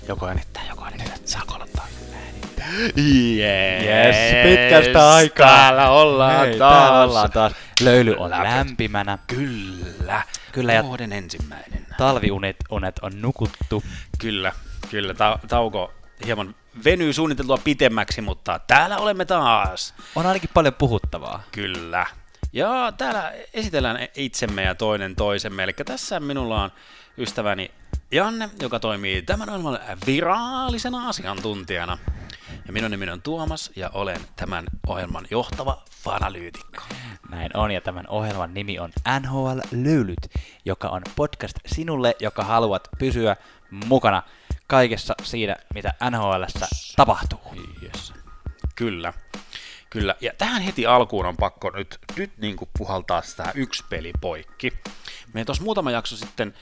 Joko äänittää. Saako aloittaa? Yes, pitkästä aikaa. Täällä ollaan taas. Löyly on lämpimänä. Kyllä. Ja vuoden ensimmäinen. Talviunet on nukuttu. Kyllä. Tauko hieman venyy suunniteltua pitemmäksi, mutta täällä olemme taas. On ainakin paljon puhuttavaa. Kyllä. Ja täällä esitellään itsemme ja toinen toisemme. Eli tässä minulla on ystäväni Janne, joka toimii tämän ohjelman viraalisena asiantuntijana. Ja minun nimeni on Tuomas ja olen tämän ohjelman johtava fanalyytikko. Näin on, ja tämän ohjelman nimi on NHL-löylyt, joka on podcast sinulle, joka haluat pysyä mukana kaikessa siinä, mitä NHL:ssä tapahtuu. Yes. Kyllä. Ja tähän heti alkuun on pakko nyt niin kuin puhaltaa sitä yksi peli poikki. Me tuossa muutama jakso sitten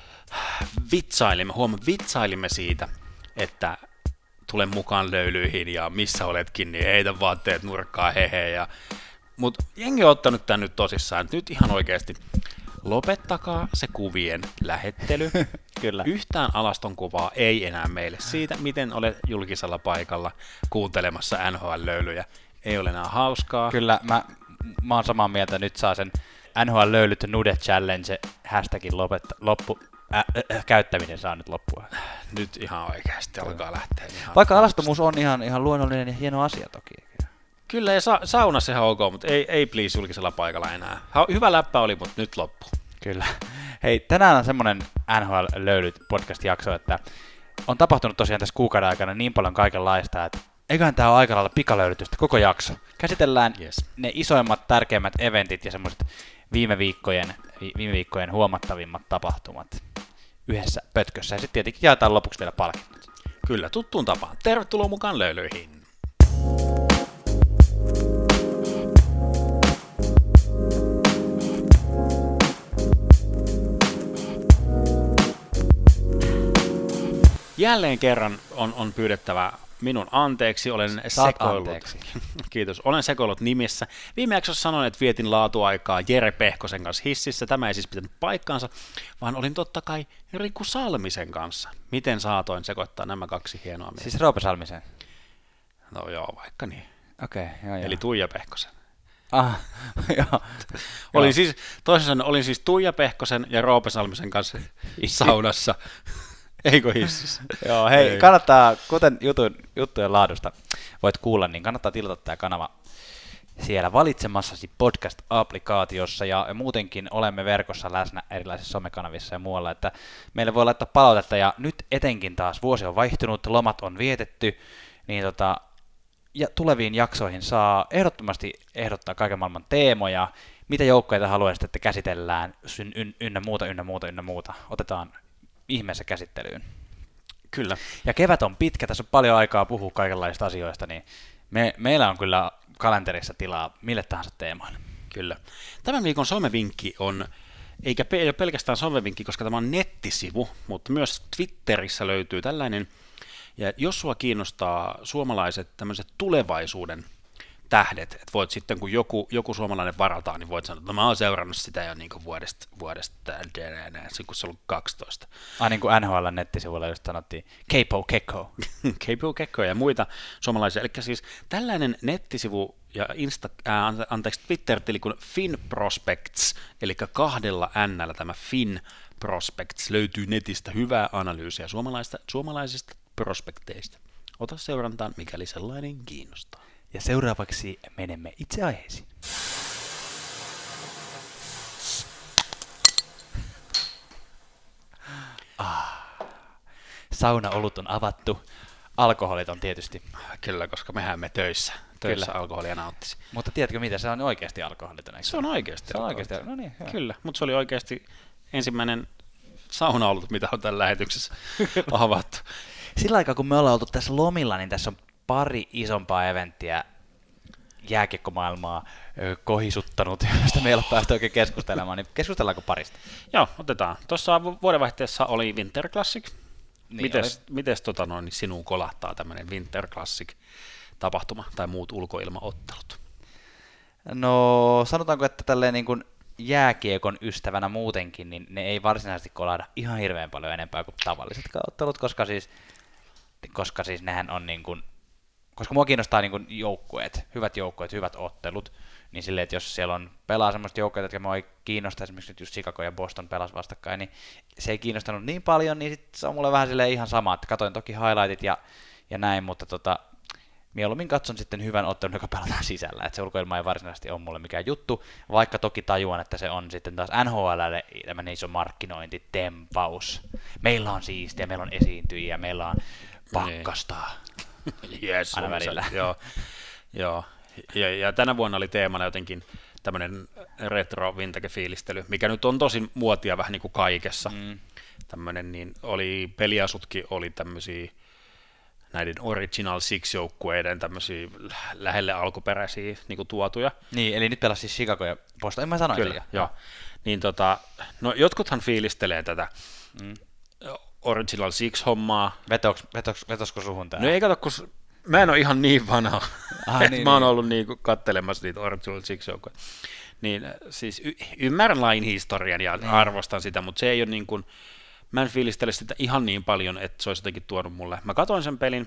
vitsailimme siitä, että tule mukaan löylyihin ja missä oletkin, niin heitä vaatteet nurkkaa hehe. Mutta jengi on ottanut tämän nyt tosissaan. Nyt ihan oikeasti lopettakaa se kuvien lähettely. Kyllä. Yhtään alaston kuvaa ei enää meille siitä, miten olet julkisella paikalla kuuntelemassa NHL-löylyjä. Ei ole enää hauskaa. Kyllä, mä oon samaa mieltä. Nyt saa sen NHL-löylyt Nude Challenge hashtagin käyttäminen saa nyt loppua. Nyt ihan oikeasti alkaa lähteä. Vaikka alastomuus on ihan luonnollinen ja hieno asia toki. Kyllä, ja saunassa ihan ok, mutta ei please julkisella paikalla enää. Hyvä läppä oli, mutta nyt loppu. Kyllä. Hei, tänään on semmonen NHL-löylyt podcast-jakso, että on tapahtunut tosiaan tässä kuukauden aikana niin paljon kaikenlaista, että eiköhän tää ole aika lailla pikalöylytystä koko jakso. Käsitellään ne isoimmat, tärkeimmät eventit ja semmoiset viime viikkojen huomattavimmat tapahtumat yhdessä pötkössä. Ja sitten tietenkin jaetaan lopuksi vielä palkinnot. Kyllä, tuttuun tapaan. Tervetuloa mukaan löylyihin. Jälleen kerran on pyydettävä minun anteeksi, olen sekoillut. Anteeksi. Kiitos, olen sekoillut nimissä. Viime jaksossa sanoin, että vietin laatuaikaa Jere Pehkosen kanssa hississä. Tämä ei siis pitänyt paikkaansa, vaan olin totta kai Riku Salmisen kanssa. Miten saatoin sekoittaa nämä kaksi hienoa miestä? Siis Roope Salmisen? No joo, vaikka niin. Okei, joo. Eli Tuija Pehkosen. Joo. Olin siis Tuija Pehkosen ja Roope Salmisen kanssa saunassa. Eikö hississä? Joo, hei, kannattaa, kuten juttujen laadusta voit kuulla, niin kannattaa tilata tämä kanava siellä valitsemassasi podcast-applikaatiossa, ja muutenkin olemme verkossa läsnä erilaisissa somekanavissa ja muualla, että meille voi laittaa palautetta, ja nyt etenkin taas vuosi on vaihtunut, lomat on vietetty, niin ja tuleviin jaksoihin saa ehdottomasti ehdottaa kaiken maailman teemoja, mitä joukkoja haluaisitte, että käsitellään, ynnä muuta. Otetaan ihmeessä käsittelyyn. Kyllä. Ja kevät on pitkä, tässä on paljon aikaa puhua kaikenlaisista asioista, niin meillä on kyllä kalenterissa tilaa mille tahansa teemoille. Kyllä. Tämän viikon somevinkki on, ei ole pelkästään somevinkki, koska tämä on nettisivu, mutta myös Twitterissä löytyy tällainen. Ja jos sua kiinnostaa suomalaiset tämmöiset tulevaisuuden tähdet, että voit sitten, kun joku suomalainen varataan, niin voit sanoa, että mä oon seurannut sitä jo niin kuin vuodesta kun se on ollut 12. Niin kuin NHL-nettisivuilla just sanottiin, Keipo Kekko. Keipo Kekko ja muita suomalaisia. Eli siis tällainen nettisivu ja Twitter-tili kuin FinProspects, eli 2 N:llä tämä FinProspects löytyy netistä hyvää analyysiä suomalaisista prospekteista. Ota seurantaan, mikäli sellainen kiinnostaa. Ja seuraavaksi menemme itse aiheisiin. Saunaolut on avattu. Alkoholit on tietysti. Kyllä, koska mehän me töissä alkoholia nauttisi. Mutta tiedätkö mitä, se on oikeasti alkoholiton. Se on oikeasti alkoholiton. No niin, hyvä. Kyllä, mutta se oli oikeasti ensimmäinen saunaolut, mitä on tällä lähetyksessä avattu. Sillä aikaa, kun me ollaan oltu tässä lomilla, niin tässä on pari isompaa eventtiä jääkiekkomaailmaa kohisuttanut, josta meillä on päästy oikein keskustelemaan, niin keskustellaanko parista? Joo, otetaan. Tuossa vuodenvaihteessa oli Winter Classic. Niin mites sinuun kolahtaa tämmöinen Winter Classic-tapahtuma tai muut ulkoilmaottelut? No, sanotaanko, että tälleen niin kuin jääkiekon ystävänä muutenkin, niin ne ei varsinaisesti kolahda ihan hirveän paljon enempää kuin tavalliset ottelut, koska siis koska siis nehän on niin kuin, koska mua kiinnostaa niin kuin joukkueet, hyvät ottelut, niin silleen, että jos siellä on pelaa semmoista joukkueita, jotka mua ei kiinnosta, esimerkiksi nyt just Chicago ja Boston pelas vastakkain, niin se ei kiinnostanut niin paljon, niin sit se on mulle vähän silleen ihan sama, että katoin toki highlightit ja näin, mutta mieluummin katson sitten hyvän ottelun, joka pelataan sisällä, että se ulkoilma ei varsinaisesti ole mulle mikään juttu, vaikka toki tajuan, että se on sitten taas NHL:lle tämmöinen iso markkinointitempaus. Meillä on siistiä, meillä on esiintyjiä, meillä on pakkasta. Yes, aina välillä. Joo. Ja tänä vuonna oli teemana jotenkin tämmöinen retro vintage-fiilistely, mikä nyt on tosi muotia vähän niin kuin kaikessa. Tämmöinen, niin oli peliasutkin oli tämmöisiä näiden Original Six-joukkueiden tämmöisiä lähelle alkuperäisiä niin kuin tuotuja. Niin, eli nyt pelasi siis Chicago ja Boston, en mä sanoin Kyllä, joo. Niin no jotkuthan fiilistelee tätä Original Six-hommaa. Vetosko suhun tää? No ei kato, kun mä en ole ihan niin vanha, että mä oon ollut niinku kattelemassa niitä Original Six-joukkoja. Niin siis ymmärrän lain historian ja arvostan sitä, mutta se ei ole niin kuin, mä en fiilistele sitä ihan niin paljon, että se olisi jotenkin tuonut mulle. Mä katsoin sen pelin,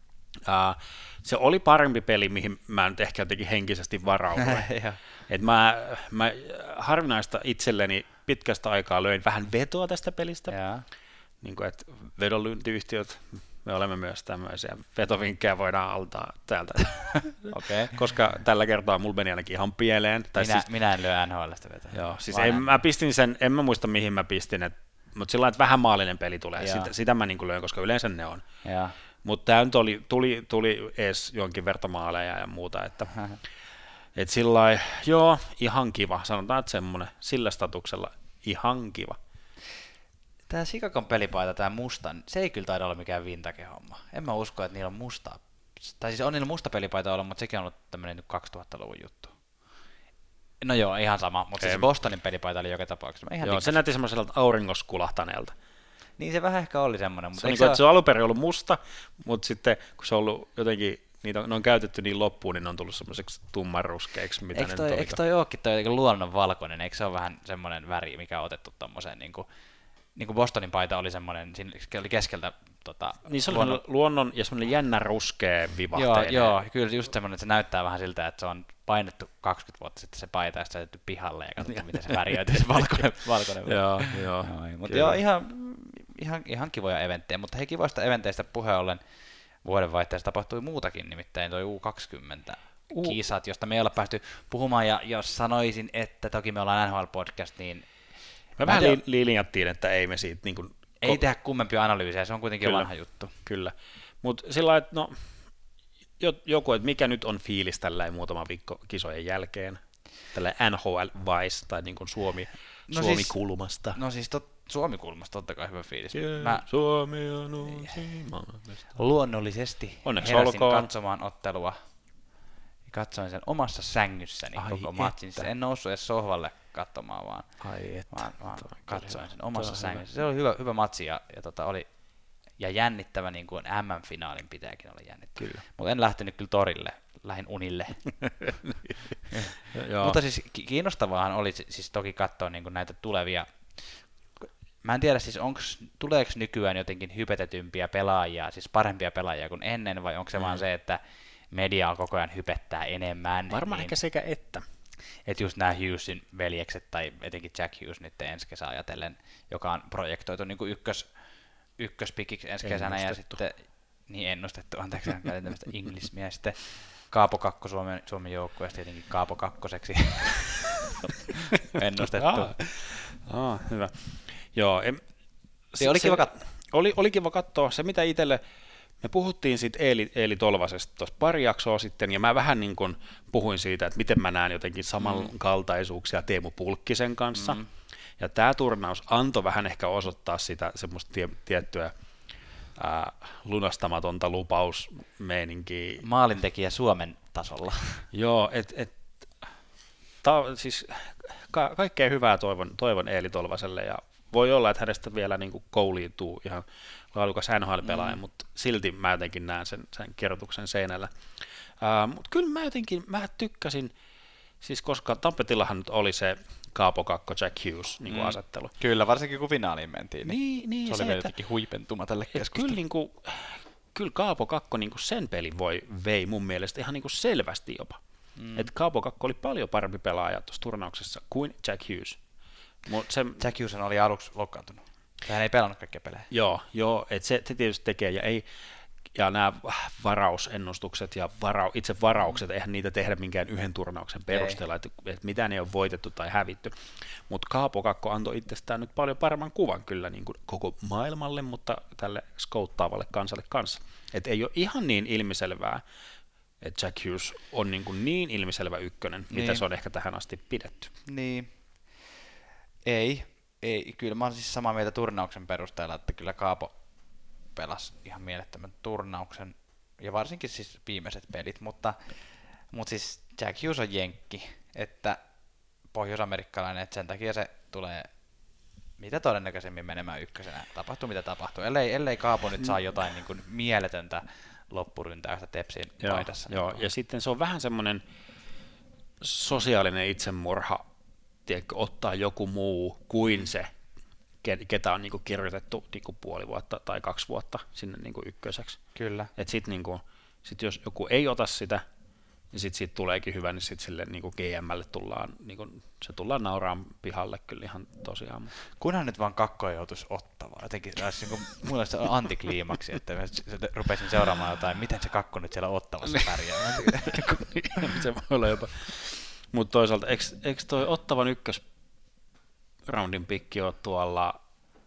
se oli parempi peli, mihin mä nyt ehkä jotenkin henkisesti varauduin. Et mä harvinaista itselleni pitkästä aikaa löin vähän vetoa tästä pelistä. Niin kuin, että vedonlyöntiyhtiöt, me olemme myös tämmöisiä vetovinkkejä voidaan altaa täältä, koska tällä kertaa mulla meni ainakin ihan pieleen. Minä en lyö NHL:stä vetoa. Joo, siis en mä muista mihin mä pistin, mutta sillä lailla, että vähän maallinen peli tulee, sitä mä niin löin, koska yleensä ne on. Mutta tämä nyt tuli edes jonkin verta maaleja ja muuta, että sillä lailla, joo, ihan kiva, sanotaan, että semmoinen sillä statuksella ihan kiva. Tämä Chicagon pelipaita, tämä musta, se ei kyllä taida olla mikään vintage-homma. En mä usko, että niillä on musta, tai siis on niillä musta pelipaita ollut, mutta sekin on ollut tämmöinen 2000-luvun juttu. No joo, ihan sama, mutta siis Bostonin pelipaita oli joka tapauksessa. Joo, se näytti semmoiselta auringossa kulahtaneelta. Niin se vähän ehkä oli semmoinen. Mutta se on alun perin ollut musta, mutta sitten kun se on ollut jotenkin, ne on käytetty niin loppuun, niin ne on tullut semmoiseksi tummanruskeiksi. Eikö toi ookin toi luonnon valkoinen, eikö se ole vähän semmoinen väri, mikä on otettu tommoseen niin kuin Bostonin paita oli semmoinen, siinä oli keskeltä niin se oli luonnon ja semmoinen jännä ruskea vivahteinen. Joo, kyllä just semmoinen, että se näyttää vähän siltä, että se on painettu 20 vuotta sitten se paita ja sitten jätetty pihalle ja katsottu, miten se värioituu se valkoinen. Joo. Mutta joo, ihan kivoja eventtejä, mutta hei, kivoista eventeistä puheen ollen vuodenvaihteessa tapahtui muutakin, nimittäin toi U20-kisat, josta me ei olla päästy puhumaan, ja jos sanoisin, että toki me ollaan NHL-podcast, niin me vähän linjattiin, että ei me siitä niin kuin ei tehdä kummempia analyysejä, se on kuitenkin vanha juttu. Kyllä, mutta sillä lailla, että no, joku, että mikä nyt on fiilis tällä muutama viikko kisojen jälkeen, tällä NHL-vice tai niin kuin Suomi-kulmasta. No siis Suomi-kulmasta totta kai hyvä fiilis. Suomi on uusi maa. Luonnollisesti onneksi heräsin olkoon katsomaan ottelua. Katsoin sen omassa sängyssäni koko matsin. En noussut edes sohvalle katsomaan, vaan katsoin sen omassa sängyssä. Se oli hyvä matsi ja oli jännittävä, niin kuin MM-finaalin pitääkin olla jännittävä. Mutta en lähtenyt kyllä torille, lähdin unille. Mutta siis kiinnostavaahan oli siis toki katsoa niin kuin näitä tulevia. Mä en tiedä siis, tuleeko nykyään jotenkin hypetetympiä pelaajia, siis parempia pelaajia kuin ennen, vai onko se vaan se, että media koko ajan hypettää enemmän. Varmaan ehkä sekä että. Että just nämä Hughesin veljekset, tai etenkin Jack Hughes nyt ensi kesä ajatellen, joka on projektoitu niin kuin ykköspikiksi ensi kesänä, ja sitten, niin ennustettu, anteeksi, käytin tämmöistä englismiä, ja sitten Kaapo Kakko Suomen joukkueesta tietenkin Kaapo Kakkoseksi ennustettu. Hyvä. Joo, oli kiva katsoa. Se, mitä itselle, me puhuttiin siitä Eeli Tolvasesta tuossa pari jaksoa sitten, ja mä vähän niin kuin puhuin siitä, että miten mä näen jotenkin samankaltaisuuksia Teemu Pulkkisen kanssa. Ja tämä turnaus antoi vähän ehkä osoittaa sitä semmoista tiettyä lunastamatonta lupausmeininkiä. Maalintekijä Suomen tasolla. Joo, siis kaikkea hyvää toivon Eeli Tolvaselle, ja voi olla, että hänestä vielä niin kuin kouliituu ihan laadukas NHL-pelaaja, mutta silti mä jotenkin näen sen kirjoituksen seinällä. Mutta kyllä mä tykkäsin, siis koska Tampetillahan nyt oli se Kaapo Kakko Jack Hughes niin kuin asettelu. Kyllä, varsinkin kun finaaliin mentiin, niin se oli vielä jotenkin huipentuma tälle keskustelulle. Kyllä niin kuin, kyllä Kaapo 2 niin kuin sen pelin vei mun mielestä ihan niin kuin selvästi jopa. Että Kaapo 2 oli paljon parempi pelaaja tuossa turnauksessa kuin Jack Hughes. Jack Hughes oli aluksi loukkaantunut. Hän ei pelannut kaikkia pelejä. Joo, että se tietysti tekee, ja nämä varausennustukset ja itse varaukset, eihän niitä tehdä minkään yhden turnauksen perusteella, että mitään ei ole voitettu tai hävitty. Mutta Kaapo 2 antoi itsestään nyt paljon paremman kuvan kyllä niin kuin koko maailmalle, mutta tälle skouttaavalle kansalle kanssa. Että ei ole ihan niin ilmiselvää, että Jack Hughes on niin ilmiselvä ykkönen, mitä se on ehkä tähän asti pidetty. Niin. Ei. Kyllä mä oon siis samaa mieltä turnauksen perusteella, että kyllä Kaapo pelasi ihan mielettömän turnauksen, ja varsinkin siis viimeiset pelit, mutta siis Jack Hughes on jenkki, että pohjois-amerikkalainen, että sen takia se tulee mitä todennäköisemmin menemään ykkösenä. Tapahtuu mitä tapahtuu, ellei Kaapo nyt saa jotain niin kuin mieletöntä loppuryntäystä Tepsin paidassa. Joo, ja sitten se on vähän semmoinen sosiaalinen itsemurha, tiedätkö, ottaa joku muu kuin se, ketä on niinku kirjoitettu niinku puoli vuotta tai 2 vuotta sinne niinku ykköseksi. Kyllä. Et sit jos joku ei ota sitä, niin sit siitä tuleekin hyvä, niin sit sille niinku GM:lle tullaan nauraan pihalle kyllä ihan tosiaan. Kunhan nyt vaan Kakko ei joutuisi ottavaa. Jotenkin niinku, mulla se on antikliimaksi, että rupesin seuraamaan jotain, miten se Kakko nyt siellä Ottavassa pärjää. Se voi olla jopa. Mutta toisaalta, eikö toi Ottavan ykkösroundin pikki ole tuolla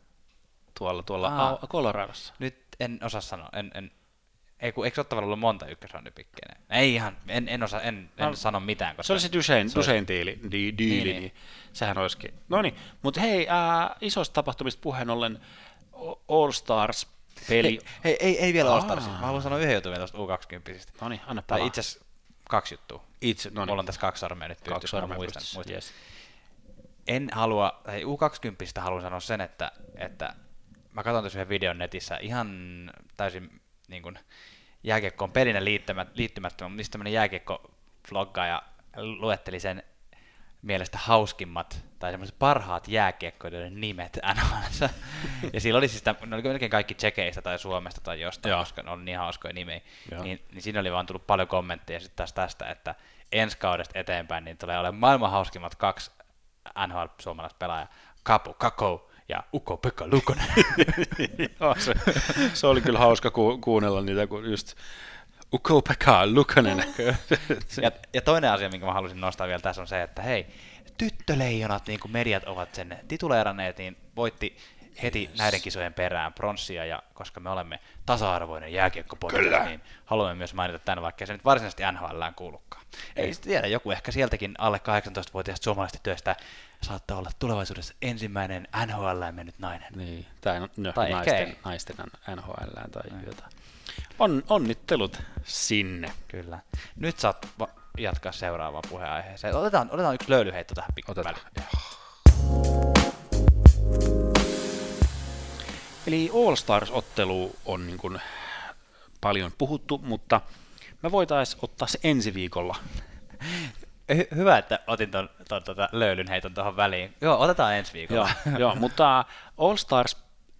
Coloradossa? Nyt en osaa sanoa. Eikö Ottavalla ollut monta ykkösroundin pikkejä? Ei ihan, en sano mitään. Koska se olisi Duchesne diili, niin sehän olisikin. No niin, mutta hei, isoista tapahtumista puheen ollen All Stars peli. Hei, ei vielä All Stars. Mä haluan sanoa yhden jutun vielä tuosta U20. No niin, anna palaa. Tai itse asiassa 2 juttua. Mulla on tässä 2 sormea nyt pystyssä, mä muistan. Yes. En halua, tai U20 haluan sanoa sen, että mä katson tässä yhden videon netissä ihan täysin niin kuin jääkiekkoon pelinä liittymättömän, mutta tämmöinen jääkiekko-vloggaaja luetteli sen mielestä hauskimmat tai semmoiset parhaat jääkiekkoilijoiden nimet NHL:ssä. Ja siellä oli siis, ne oli melkein kaikki Tsekeistä tai Suomesta tai jostain, koska ne oli niin hauskoja nimejä. Niin siinä oli vaan tullut paljon kommentteja sitten taas tästä, että ensi kaudesta eteenpäin niin tulee olemaan maailman hauskimmat 2 NHL-suomalaispelaajaa, Kaapo Kakko ja Ukko-Pekka Luukkonen. se oli kyllä hauska kuunnella niitä, kun just Ukko-Pekka Luukkonen. Ja toinen asia, minkä mä halusin nostaa vielä tässä on se, että hei, tyttöleijonat, niin kuin mediat ovat sen tituleeranneet, niin voitti heti näiden kisojen perään pronssia, ja koska me olemme tasa-arvoinen jääkiekkopodcast, niin haluamme myös mainita tämän, vaikka se nyt varsinaisesti NHL:ään kuulukaan. Ei tiedä, joku ehkä sieltäkin alle 18-vuotiaasta suomalaisesta työstä saattaa olla tulevaisuudessa ensimmäinen NHL:ään mennyt nainen. Niin, tai naisten NHL:ään tai jotain. Onnittelut sinne. Kyllä. Nyt saat jatkaa seuraavaan puheenaiheeseen. Otetaan yksi löylyheitto tähän pikkuväliin. Eli All Stars-ottelu on niin kuin paljon puhuttu, mutta me voitaisiin ottaa se ensi viikolla. Hyvä, että otin ton löylyn heiton tuohon väliin. Joo, otetaan ensi viikolla. Joo, mutta All Stars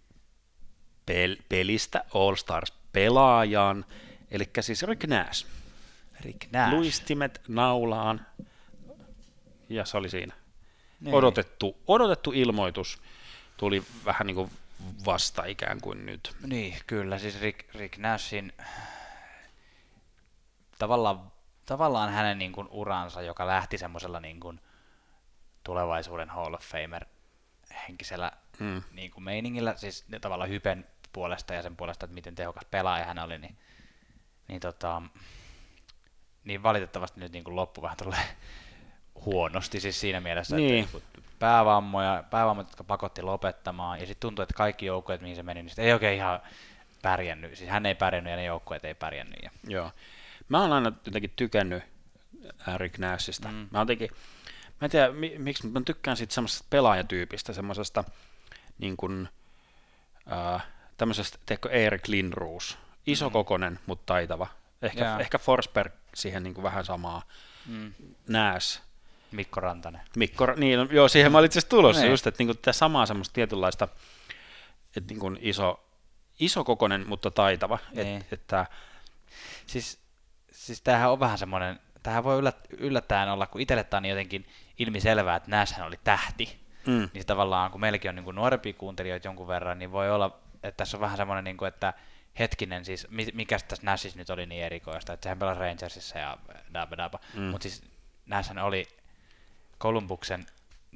pelistä All Stars pelaajan, eli siis Rick Nash. Luistimet naulaan, ja se oli siinä. Niin. Odotettu ilmoitus tuli vähän niin kuin vasta ikään kuin nyt. Niin, kyllä, siis Rick Nashin tavallaan hänen niin kuin uransa, joka lähti semmoisella niin kuin tulevaisuuden Hall of Famer henkisellä niin kuin meiningillä, siis tavallaan hypen puolesta ja sen puolesta, että miten tehokas pelaaja hän oli, niin valitettavasti nyt niin kuin loppu vähän tulee huonosti siis siinä mielessä, niin. Että päävammoja, jotka pakotti lopettamaan, ja sitten tuntui, että kaikki joukkueet, mihin se meni, niin ei oikein ihan pärjännyt. Siis hän ei pärjännyt ja ne joukkueet ei pärjännyt. Joo. Mä oon aina jotenkin tykännyt Rick Nashista. Mä en tiedä, miksi, mutta mä tykkään siitä semmoisesta pelaajatyypistä, semmoisesta niin kuin tämmöisestä, teekö Erik Lindroos, isokokonen, mutta taitava. Ehkä Forsberg siihen niin kuin vähän samaa. Nash. Mikko Rantanen. Niin, joo, siihen mä olin itse asiassa tulossa just, että niin tämä samaa semmoista tietynlaista, että niin kuin isokokoinen, mutta taitava. Niin. Että Siis tämähän on vähän semmoinen, tämähän voi yllättäen olla, kun itselle tämä on jotenkin ilmiselvää, että Nashhän oli tähti, niin tavallaan kun meilläkin on niin kuin nuorempia kuuntelijoita jonkun verran, niin voi olla, että tässä on vähän semmoinen, niin kuin, että hetkinen, siis mikä tässä Nashissa nyt oli niin erikoista, että sehän pelasi Rangersissa ja daba, mutta siis Nashhän oli Columbuksen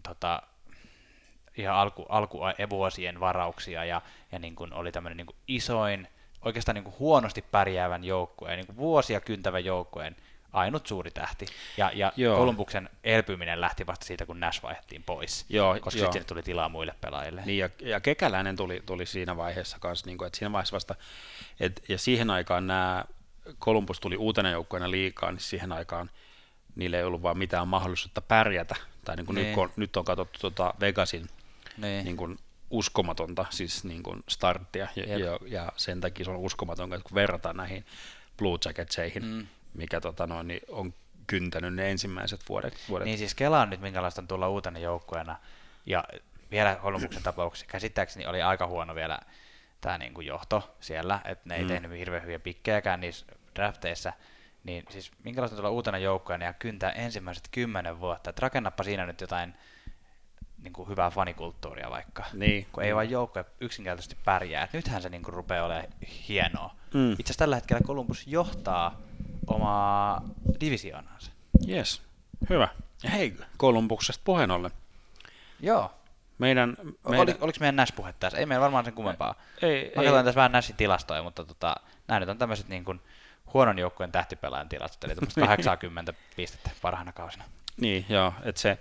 ihan alkuvuosien varauksia ja niin kuin oli tämmöinen niin kuin isoin, oikeastaan niin kuin huonosti pärjäävän joukkueen, niin kuin vuosia kyntävän joukkueen ainut suuri tähti. Ja Columbuksen elpyminen lähti vasta siitä, kun Nash vaihdettiin pois, koska sitten tuli tilaa muille pelaajille. Niin, ja Kekäläinen tuli siinä vaiheessa kanssa, niin kuin, että siinä vaiheessa vasta, ja siihen aikaan nämä Columbus tuli uutena joukkueena liigaan, niin siihen aikaan niillä ei ollut vaan mitään mahdollisuutta pärjätä, tai niin kuin nyt on katsottu Vegasin niin kuin uskomatonta siis niin kuin starttia, ja sen takia se on uskomatonta, kun verrataan näihin Blue Jacketseihin, mikä niin on kyntänyt ne ensimmäiset vuodet. Niin siis Kela on nyt minkälaista on tulla uutena joukkueena, ja vielä Columbuksen tapauksessa käsittääkseni oli aika huono vielä tämä niin kuin johto siellä, että ne ei tehnyt hirveän hyviä pikkejäkään niissä drafteissa, niin siis minkälaista on tulla uutena joukkueena ja kyntää ensimmäiset 10 vuotta, että rakennappa siinä nyt jotain niin kuin hyvää fanikulttuuria vaikka, kun ei vaan joukkue yksinkertaisesti pärjää. Et nythän se niin kuin rupeaa olemaan hienoa. Itse asiassa tällä hetkellä Columbus johtaa omaa divisioonaansa. Jes, hyvä. Ja hei, Columbuksesta puheen ollen. Joo. Oliko meidän Nash-puhe tässä? Ei meillä varmaan sen kummempaa. Mä katsoin tässä vähän Nashin tilastoja, mutta nämä nyt on tämmöiset niin kuin huonon joukkueen tähtipelaajan tilastot, eli 80 pistettä parhaana kausina. Niin, joo, että se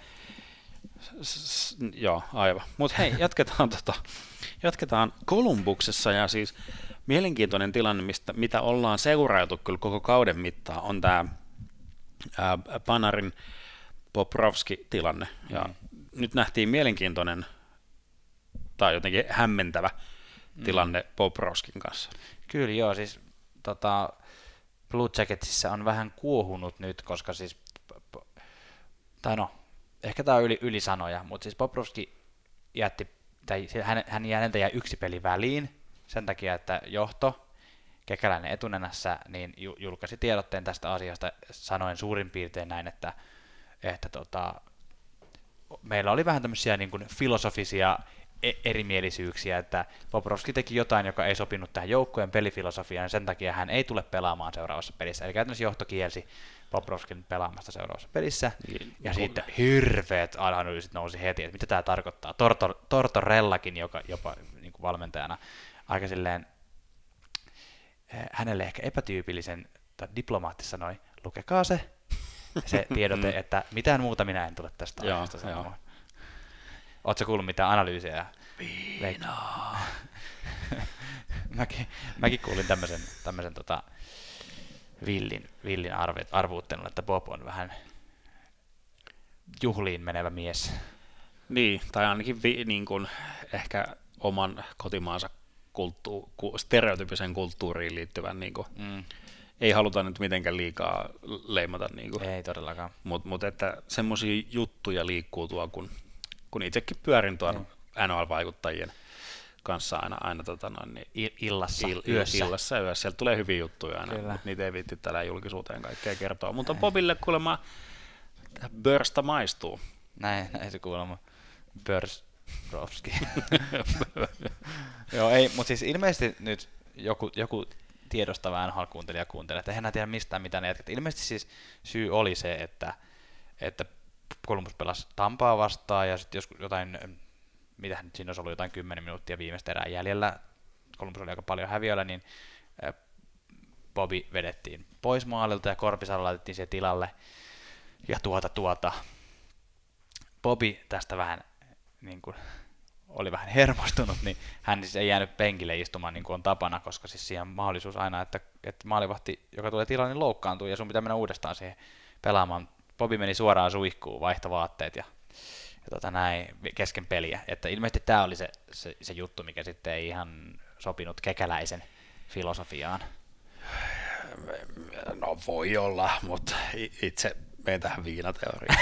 joo, aivan. Mutta hei, jatketaan Columbuksessa, ja siis mielenkiintoinen tilanne, mitä ollaan seurailtu kyllä koko kauden mittaan, on tämä Panarin Bobrovski-tilanne, ja nyt nähtiin mielenkiintoinen tai jotenkin hämmentävä tilanne Bobrovskin kanssa. Kyllä joo, siis Blue Jacketsissa on vähän kuohunut nyt, koska siis, ehkä tämä on yli sanoja, mutta siis Bobrovski häneltä jäi yksi peli väliin sen takia, että johto, Kekäläinen etunenässä, niin julkaisi tiedotteen tästä asiasta sanoen suurin piirtein näin, että meillä oli vähän tämmöisiä niin kuin filosofisia erimielisyyksiä, että Bobrovski teki jotain, joka ei sopinut tähän joukkueen pelifilosofiaan, ja sen takia hän ei tule pelaamaan seuraavassa pelissä. Eli käytännössä johto kielsi Bobrovskin pelaamasta seuraavassa pelissä, ja sitten hirveät analyysit nousi heti, että mitä tämä tarkoittaa. Tortorellakin, joka jopa niin kuin valmentajana, aika silleen hänelle ehkä epätyypillisen, tai diplomaatti sanoi, lukekaa se tiedote, että mitään muuta minä en tule tästä aiheesta sanomaan. Ootko kuullut mitään analyysejä? Viinaa. Mäkin kuulin tämmöisen villin arvuuttelun, että Bob on vähän juhliin menevä mies. Niin, tai ainakin niin kuin ehkä oman kotimaansa stereotypisen kulttuuriin liittyvän, niin kuin, ei haluta nyt mitenkään liikaa leimata. Niin kuin, ei todellakaan. Mutta että semmoisia juttuja liikkuu tuo, kun itsekin pyörin tuon NHL-vaikuttajien kanssa aina illassa, yössä. Sieltä tulee hyviä juttuja aina, mutta niitä ei viitti täällä julkisuuteen kaikkea kertoa. Mutta Bobille kuulemma börsta maistuu. Näin se kuulemma. Börsrovski. Joo, ei, mutta siis ilmeisesti nyt joku tiedostava NHL-kuuntelija kuuntelee, että eihän tiedä mistään mitä ne jatketaan. Ilmeisesti siis syy oli se, että Columbus pelasi Tampaa vastaan, ja sitten joskus jotain, mitä nyt siinä olisi ollut, jotain 10 minuuttia viimeistä erää jäljellä, Columbus oli aika paljon häviöllä, niin Bobby vedettiin pois maalilta, ja Korpisalo laitettiin siihen tilalle, ja Bobby tästä vähän niin kuin oli vähän hermostunut, niin hän siis ei jäänyt penkille istumaan niin kuin on tapana, koska siis siihen on mahdollisuus aina, että maalivahti, joka tulee tilalle, niin loukkaantuu, ja sun pitää mennä uudestaan siihen pelaamaan. Bobby meni suoraan suihkuun, vaihtovaatteet ja näin kesken peliä. Että ilmeisesti tämä oli se juttu, mikä sitten ei ihan sopinut Kekäläisen filosofiaan. No voi olla, mutta itse menen tähän viinateoriaan.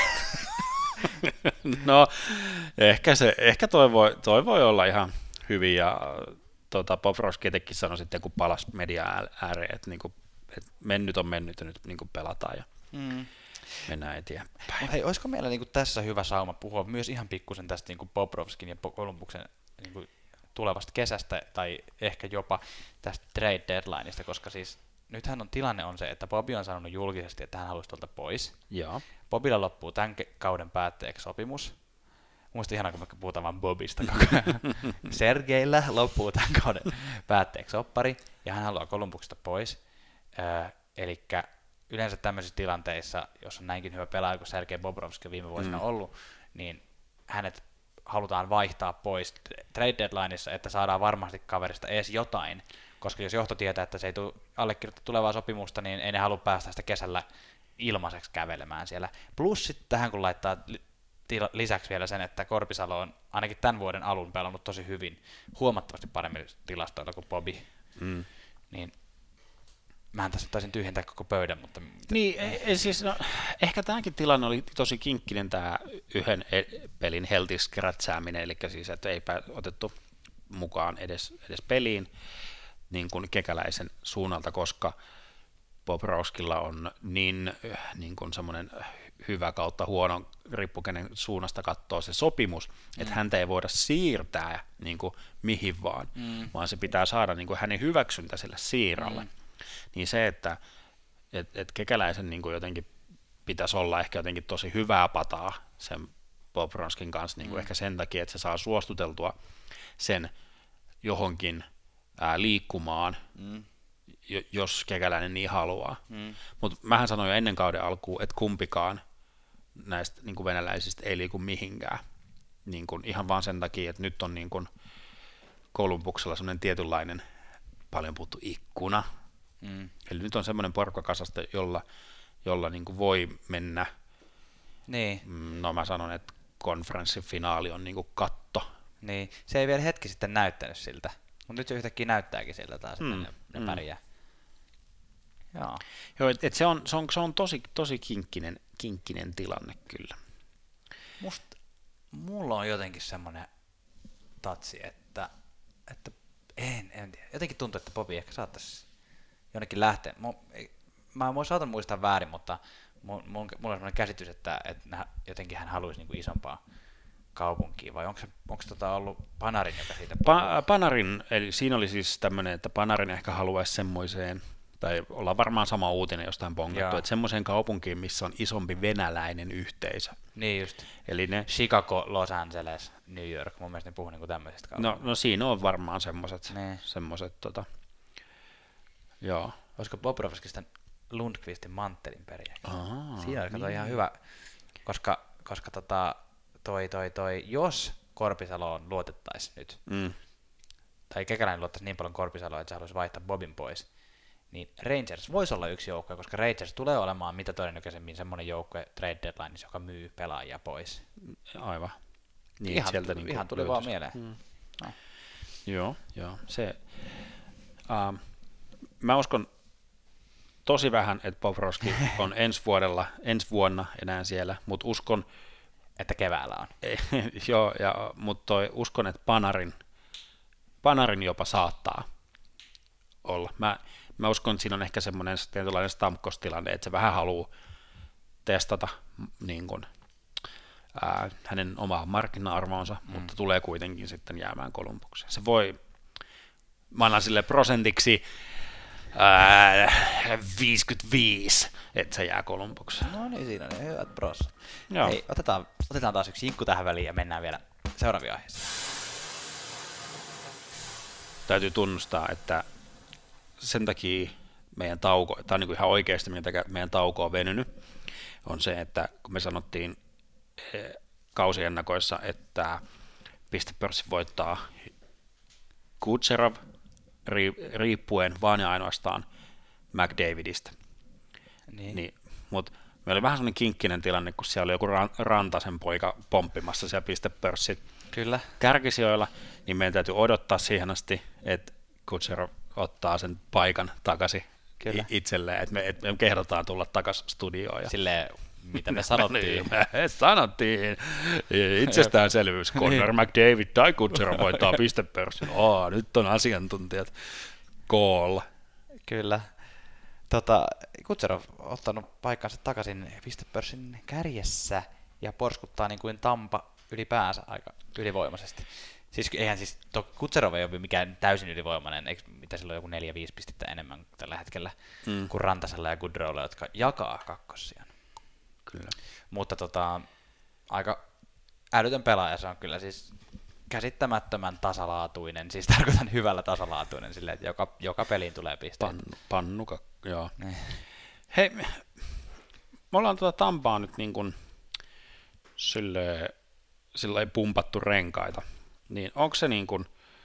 No, ehkä toi voi olla ihan hyvin, ja Bobrovski etenkin sanoi sitten, kun palasi median ääreen, että niinku, et mennyt on mennyt ja nyt niinku pelataan ja mennään eteenpäin. Hei, olisiko meillä niinku tässä hyvä sauma puhua myös ihan pikkusen tästä niinku Bobrovskin ja Columbuksen niinku tulevasta kesästä tai ehkä jopa tästä trade deadlineista, koska siis nythän tilanne on se, että Bobby on sanonut julkisesti, että hän haluaisi tuolta pois. Joo. Bobilla loppuu tämän kauden päätteeksi sopimus. Muista ihanaa, kun me puhutaan vaan Bobista koko ajan. Sergeillä loppuu tämän kauden päätteeksi soppari, ja hän haluaa Columbuksesta pois. Eli yleensä tämmöisissä tilanteissa, jos on näinkin hyvä pelaaja kuin Sergei Bobrovski viime vuosina ollut, niin hänet halutaan vaihtaa pois trade deadlineissa, että saadaan varmasti kaverista edes jotain, koska jos johto tietää, että se ei tule allekirjoittaa tulevaa sopimusta, niin ei ne halua päästä sitä kesällä ilmaiseksi kävelemään siellä. Plus sitten tähän kun laittaa lisäksi vielä sen, että Korpisalo on ainakin tämän vuoden alun pelannut tosi hyvin, huomattavasti paremmin tilastoilla kuin Bobby, niin mähän tässä taisin tyhjentää koko pöydän, mutta... Niin, siis ehkä tämäkin tilanne oli tosi kinkkinen, tämä yhden pelin heltiskrätsääminen, eli siis, että ei otettu mukaan edes peliin niin kuin Kekäläisen suunnalta, koska Bobrovskilla on niin kuin semmoinen hyvä kautta huono, riippuu kenen suunnasta katsoo se sopimus, että häntä ei voida siirtää niin kuin mihin vaan se pitää saada niin kuin hänen hyväksyntä sille siirralle. Niin se, että Kekäläisen niin kuin jotenkin pitäisi olla ehkä jotenkin tosi hyvää pataa sen Bobrovskin kanssa, niin kuin ehkä sen takia, että se saa suostuteltua sen johonkin liikkumaan, jos Kekäläinen niin haluaa. Mutta mähän sanoin jo ennen kauden alkuun, että kumpikaan näistä niin kuin venäläisistä ei liiku mihinkään. Niin kuin ihan vaan sen takia, että nyt on niin kuin Columbuksella semmoinen tietynlainen paljon puhuttu ikkuna. Eli nyt on semmoinen porkkakasasta, jolla niin kuin voi mennä. Niin. No mä sanon, että konferenssifinaali on niin kuin katto. Niin, se ei vielä hetki sitten näyttänyt siltä, mutta nyt se yhtäkkiä näyttääkin siltä taas, että ne pärjää. Joo, et se on tosi kinkkinen tilanne kyllä. Mulla on jotenkin semmoinen tatsi, että en tiedä. Jotenkin tuntuu, että Bobby ehkä saattaisi jonnekin lähteä. Mä saatan muistaa väärin, mutta mulla on semmoinen käsitys, että jotenkin hän haluaisi niinku isompaa kaupunkiin, vai onko ollut Panarin, joka siitä Panarin, eli siinä oli siis tämmöinen, että Panarin ehkä haluaisi semmoiseen, tai ollaan varmaan sama uutinen jostain bongattu, että semmoiseen kaupunkiin, missä on isompi venäläinen yhteisö. Niin just. Eli ne Chicago, Los Angeles, New York, mun mielestä ne puhuu niinku tämmöisistä kaupungeista. No siinä on varmaan semmoiset joo. Olisiko Bobrovskista Lundqvistin manttelin periä? Siinä on ihan hyvä, koska jos Korpisaloon luotettaisiin nyt, tai Kekäläinen luottaisi niin paljon Korpisaloon, että se haluaisi vaihtaa Bobin pois, niin Rangers voisi olla yksi joukkue, koska Rangers tulee olemaan mitä todennäköisemmin semmoinen joukkue trade deadlineissa, joka myy pelaajia pois. Aivan. Niin, ihan tuli vaan mieleen. Joo. Se, mä uskon tosi vähän, että Bobrovski on ensi vuonna enää siellä, mutta uskon, että keväällä on. Joo, mutta uskon, että Panarin jopa saattaa olla. Mä uskon, että siinä on ehkä semmoinen tietynlainen Stamkos-tilanne, että se vähän haluaa testata niin kuin, hänen omaa markkina-arvoonsa, mutta tulee kuitenkin sitten jäämään Columbukseen. Se voi, mä annan sille prosentiksi 55, että se jää Columbukseen. No niin, siinä on hyvät prosat. Hei, otetaan taas yksi jinkku tähän väliin ja mennään vielä seuraaviin aiheisiin. Täytyy tunnustaa, että sen takia meidän tauko, tämä on niin kuin ihan oikeasti, meidän tauko on venynyt, on se, että kun me sanottiin kausiennakoissa, että pistepörssi voittaa Kucherov riippuen vaan ja ainoastaan McDavidistä. Niin, mutta me oli vähän sellainen kinkkinen tilanne, kun siellä oli joku Rantasen poika pomppimassa siellä pistepörssit kärkisijoilla, niin meidän täytyy odottaa siihen asti, että Kucherov ottaa sen paikan takaisin itselleen, että me kehdotaan tulla takaisin studioon. Silleen mitä me sanottiin. Me sanottiin. Itsestäänselvyys. Connor McDavid tai Kutsero voittaa pistepörssin. Nyt on asiantuntijat koolla. Kyllä. Kutserov on ottanut paikkansa takaisin pistepörssin kärjessä ja porskuttaa niin kuin Tampa ylipäänsä aika ylivoimaisesti. Siis eihän siis Kutserov ei ole mikään täysin ylivoimainen, eikö mitä sillä on joku 4-5 pistettä enemmän tällä hetkellä kuin Rantasella ja Goodrowlla, jotka jakaa kakkossijan. Kyllä. Mutta aika älytön pelaaja se on kyllä siis käsittämättömän tasalaatuinen, siis tarkoitan hyvällä tasalaatuinen silleen, että joka peliin tulee pisteitä. Pannuka, joo. Hei, me ollaan Tampaa nyt niin kuin silleen pumpattu renkaita, niin onko se nyt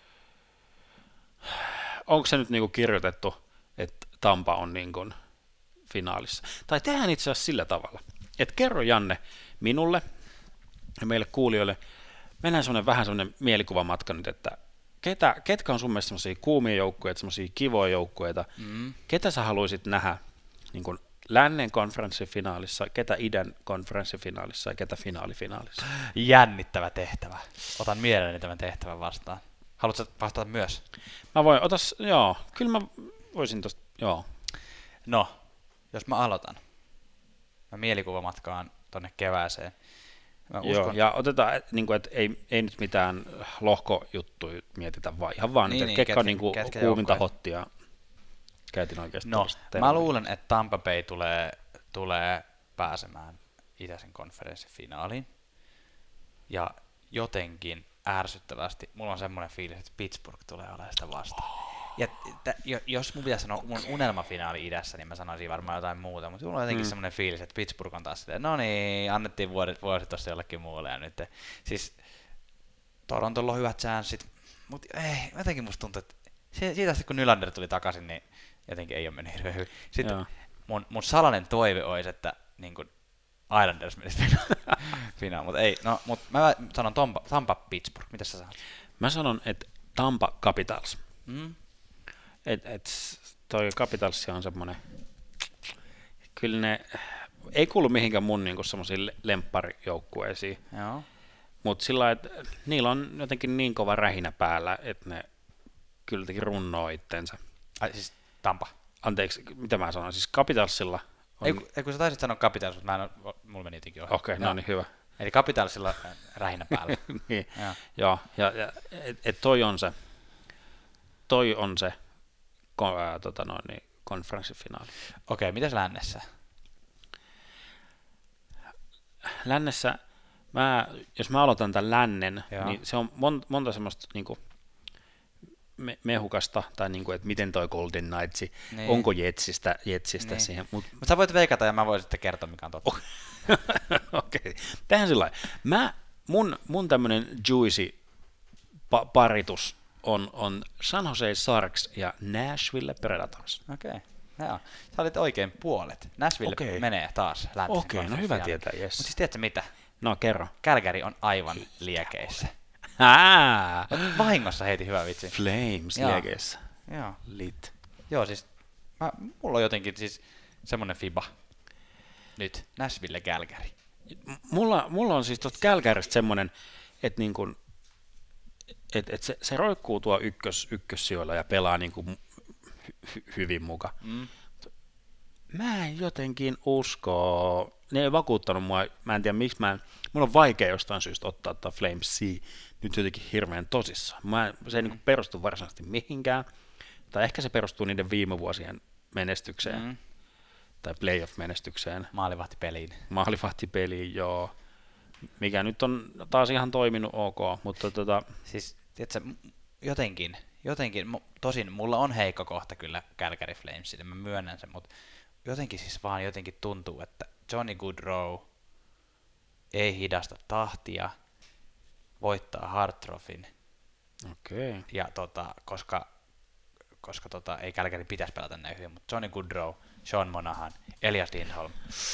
niin kuin kirjoitettu, että Tampa on niin kuin finaalissa? Tai tehdään itse asiassa sillä tavalla, että kerro Janne minulle ja meille kuulijoille, mennään vähän semmoinen mielikuvamatka nyt, että ketkä on sun mielestä semmoisia kuumia joukkueita, semmoisia kivoja joukkueita, ketä sä haluaisit nähdä niin kuin lännen konferenssifinaalissa, ketä idän konferenssifinaalissa ja ketä finaalifinaalissa? Jännittävä tehtävä. Otan mielelläni tämän tehtävän vastaan. Haluatko vastata myös? Mä voin, kyllä mä voisin tosta, joo. No, jos mä aloitan. Mä mielikuvamatkaan tonne kevääseen. Joo, ja otetaan, että ei nyt mitään lohkojuttuja mietitä, vaan ihan vaan, että ketkä on kuuminta hottia. Käytin oikeastaan. No, mä luulen, että Tampa Bay tulee pääsemään itäisen konferenssifinaaliin. Ja jotenkin ärsyttävästi, mulla on semmoinen fiilis, että Pittsburgh tulee olemaan sitä vastaan. Ja jos mun pitäisi sanoa mun unelmafinaali idässä, niin mä sanoisin varmaan jotain muuta, mutta mulla on jotenkin semmoinen fiilis, että Pittsburgh on taas silleen, no niin, annettiin vuosi tuossa jollekin muulle, ja nyt siis Torontolla on hyvät chanssit, mutta ei, jotenkin musta tuntuu, että siitä asti kun Nylander tuli takaisin, niin jotenkin ei ole mennyt hirveän hyvin. Sitten mun salainen toive olisi, että niin kuin Islanders menisi finaaliin, mutta ei, no, mutta mä sanon Tampa Pittsburgh, mitä sä sanot? Mä sanon, että Tampa Capitals. Toi Capitalsia on semmoinen, kyllä ne ei kuulu mihinkään mun niinku semmoisiin lempparijoukkueisiin, mutta sillä lailla, että niillä on jotenkin niin kova rähinä päällä, että ne kyllä jotenkin runnoo itsensä. Ai siis Tampa? Anteeksi, mitä mä sanoin, siis Capitalsilla on... Ei kun sä taisit sanoa Capitals, mutta mulla meni jotenkin ohi. Okei, no niin, hyvä. Eli Capitalsilla rähinä päällä. Niin, joo, ja toi on se konferenssifinaali. Okei, mitäs lännessä? Lännessä, jos mä aloitan tämän lännen, niin se on monta semmoista niinku mehukasta, tai niinku, että miten toi Golden Knights, onko Jetsistä niin siihen. Mutta sä voit veikata, ja mä voin sitten kertoa, mikä on totta. Okei, tehdään sillä lailla. Mun tämmönen juicy paritus on San Jose Sharks ja Nashville Predators. Okei. Joo. Sä olit oikein puolet. Nashville menee taas läntisen. Okei, no hyvä tietää, jes. Mutta siis tiedätkö mitä? No kerro. Calgary on aivan liekeissä. Vahingossa heitin hyvä vitsi. Flames liekeissä. Joo. Lit. Joo, siis mulla on jotenkin siis semmonen fiba. Nyt, Nashville Calgary. Mulla on siis tuosta Calgarysta semmonen, että niin kun se roikkuu tuo ykkössijoilla ja pelaa niin kuin hyvin muka. Mä en jotenkin usko, ne ei vakuuttanut mua, mä en tiedä miksi mulla on vaikea jostain syystä ottaa tuo Flames C nyt jotenkin hirveän tosissaan. Se ei niin kuin perustu varsinaisesti mihinkään, tai ehkä se perustuu niiden viime vuosien menestykseen, tai playoff-menestykseen. Maalivahtipeliin, joo. Mikä nyt on taas ihan toiminut ok, mutta Siis, tiedätkö, jotenkin, tosin mulla on heikko kohta kyllä Calgary Flamesille, mä myönnän sen, mutta jotenkin siis vaan jotenkin tuntuu, että Johnny Gaudreau ei hidasta tahtia, voittaa Hart Trophyn. Okei. Ja koska ei Calgary pitäisi pelata näin hyvin, mutta Johnny Gaudreau, Sean Monahan, Elias Lindholm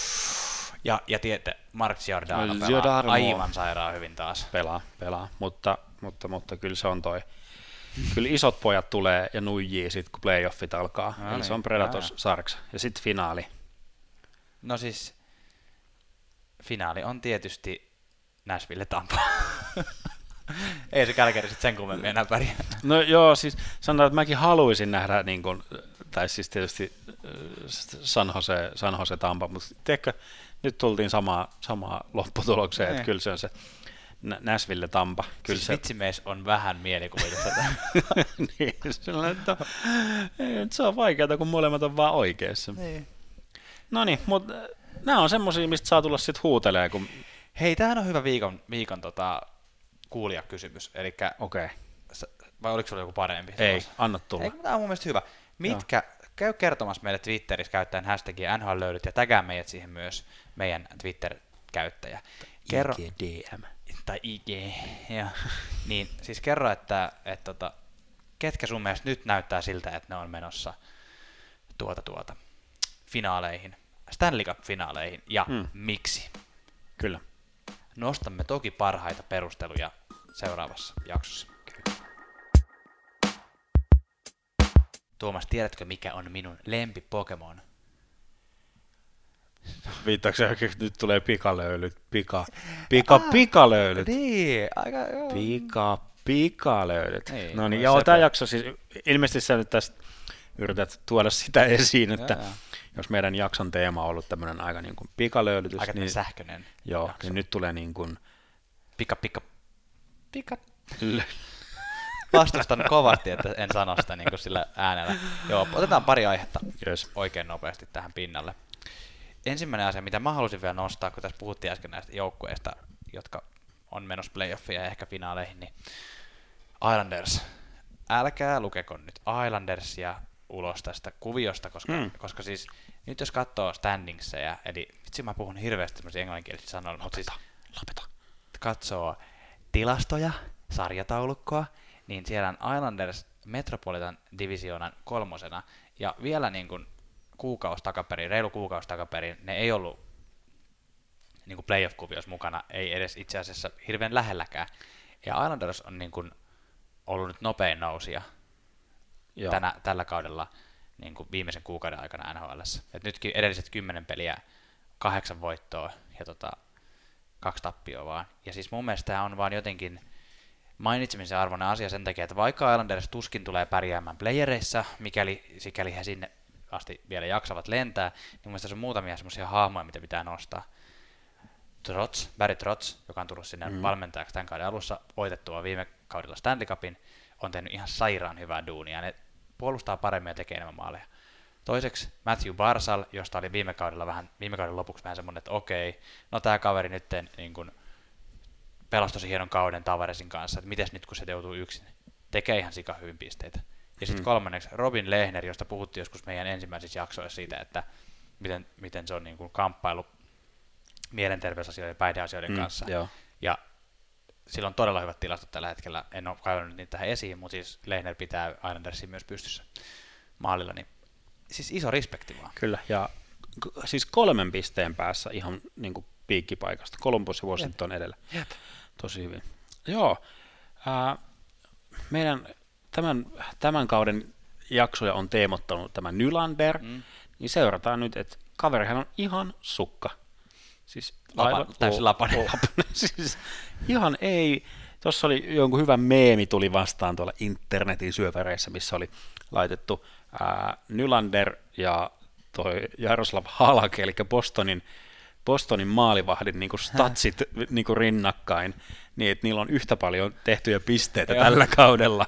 ja tiedätte, Mark Giordano pelaa aivan sairaan hyvin taas. Pelaa, mutta kyllä se on toi. Kyllä isot pojat tulee ja nuijii sit kun playoffit alkaa. Eli se on Predators Sharks ja sitten finaali. No siis finaali on tietysti Nashville Tampa. Ei se Calgary sit sen kummemmin enää pärjää. No joo, siis sanotaan, että mäkin haluaisin nähdä, niin kuin, tai siis tietysti San Jose Tampa, mutta tiedätkö, nyt tultiin samaa lopputulokseen, että kyllä se on se Nashville Tampa. Kyllä siis se vitsimies on vähän mielikuvitusta. niin, sellainen, että se on vaikeaa, kun molemmat on vaan oikeassa. Niin. No niin, mutta nämä on semmosia, mistä saa tulla sitten huutelee. Kun... Hei, tämähän on hyvä viikon kuulijakysymys. Elikkä, Okei. Vai oliko sulla joku parempi? Ei, anna tulla. Ei, tämä on mun mielestä hyvä. Käy kertomassa meille Twitterissä käyttäen hashtagia NHL-löydyt ja tagaa meidät siihen myös meidän Twitter-käyttäjä. IGDM. Tai IG, ja. Niin, siis kerro, että ketkä sun mielestä nyt näyttää siltä, että ne on menossa finaaleihin, Stanley Cup-finaaleihin, ja miksi? Kyllä. Nostamme toki parhaita perusteluja seuraavassa jaksossa. Tuomas, tiedätkö mikä on minun lempi-Pokemon? Viittaako se, että nyt tulee pikalöylyt? Pikalöylyt. Niin, aika joo. Pikalöylyt. Niin, No niin, joo, tämä jakso siis, ilmeisesti sä nyt tästä yrität tuoda sitä esiin, että jos meidän jakson teema on ollut tämmöinen aika niin kuin pikalöylytys. Aika niin, sähköinen joo, jakso. niin nyt tulee niin kuin... Pika. Vastustan kovasti, että en sano sitä niin kuin sillä äänellä. Joo, otetaan pari aihetta oikein nopeasti tähän pinnalle. Ensimmäinen asia, mitä mä halusin vielä nostaa, kun tässä puhuttiin äsken näistä joukkueista, jotka on menossa playoffia ja ehkä finaaleihin, niin Islanders. Älkää lukeko nyt Islandersia ulos tästä kuviosta, koska siis nyt jos katsoo standingseja, eli vitsi mä puhun hirveästi tämmöisiä englanninkielisiä sanoilla, mutta siis katsoo tilastoja, sarjataulukkoa, niin siellä on Islanders Metropolitan Divisionan 3. ja vielä niin kuin reilu kuukausi takaperin, ne ei ollut niin kuin playoff-kuviossa mukana, ei edes itse asiassa hirveän lähelläkään. Ja Islanders on niin kuin ollut nyt nopein nousija tällä kaudella niin kuin viimeisen kuukauden aikana NHL:ssä. Et nytkin edelliset 10 peliä, 8 voittoa ja 2 tappioa vaan. Ja siis mun mielestä tämä on vaan jotenkin mainitsemisen arvoinen asia sen takia, että vaikka Islanders tuskin tulee pärjäämään playereissa, sikäli he sinne asti vielä jaksavat lentää, niin mun mielestä se on muutamia semmoisia hahmoja, mitä pitää nostaa. Barry Trotz, joka on tullut sinne valmentajaksi tämän kauden alussa, voitettua viime kaudella Stanley Cupin, on tehnyt ihan sairaan hyvää duunia. Ne puolustaa paremmin ja tekee enemmän maaleja. Toiseksi Matthew Barzal, josta oli viime kauden lopuksi vähän semmoinen, että okei, no tää kaveri nyt niin kun pelasi tosi hienon kauden Tavaresin kanssa, että mites nyt kun se joutuu yksin, tekee ihan sika hyvin pisteitä. Ja sitten kolmanneksi Robin Lehner, josta puhuttiin joskus meidän ensimmäisissä jaksoissa siitä, että miten se on niin kuin kamppailu mielenterveysasioiden ja päihdeasioiden kanssa. Joo. Ja sillä on todella hyvät tilastot tällä hetkellä. En ole kaivannut niitä tähän esiin, mutta siis Lehner pitää Islandersin myös pystyssä maalilla. Niin siis iso respekti vaan. Kyllä, ja siis 3 pisteen päässä ihan niin kuin piikkipaikasta. Columbus ja Washington edellä. Jep. Tosi hyvin. Joo. Meidän tämän kauden jaksoja on teemottanut tämä Nylander, niin seurataan nyt, että kaverihan on ihan sukka. Siis täysin lapanen. Siis ihan ei. Tuossa oli jonkun hyvä meemi tuli vastaan tuolla internetin syövereissä, missä oli laitettu Nylander ja toi Jaroslav Halak, eli Bostonin maalivahdin niin kuin statsit niin kuin rinnakkain, niin että niillä on yhtä paljon tehtyjä pisteitä tällä kaudella.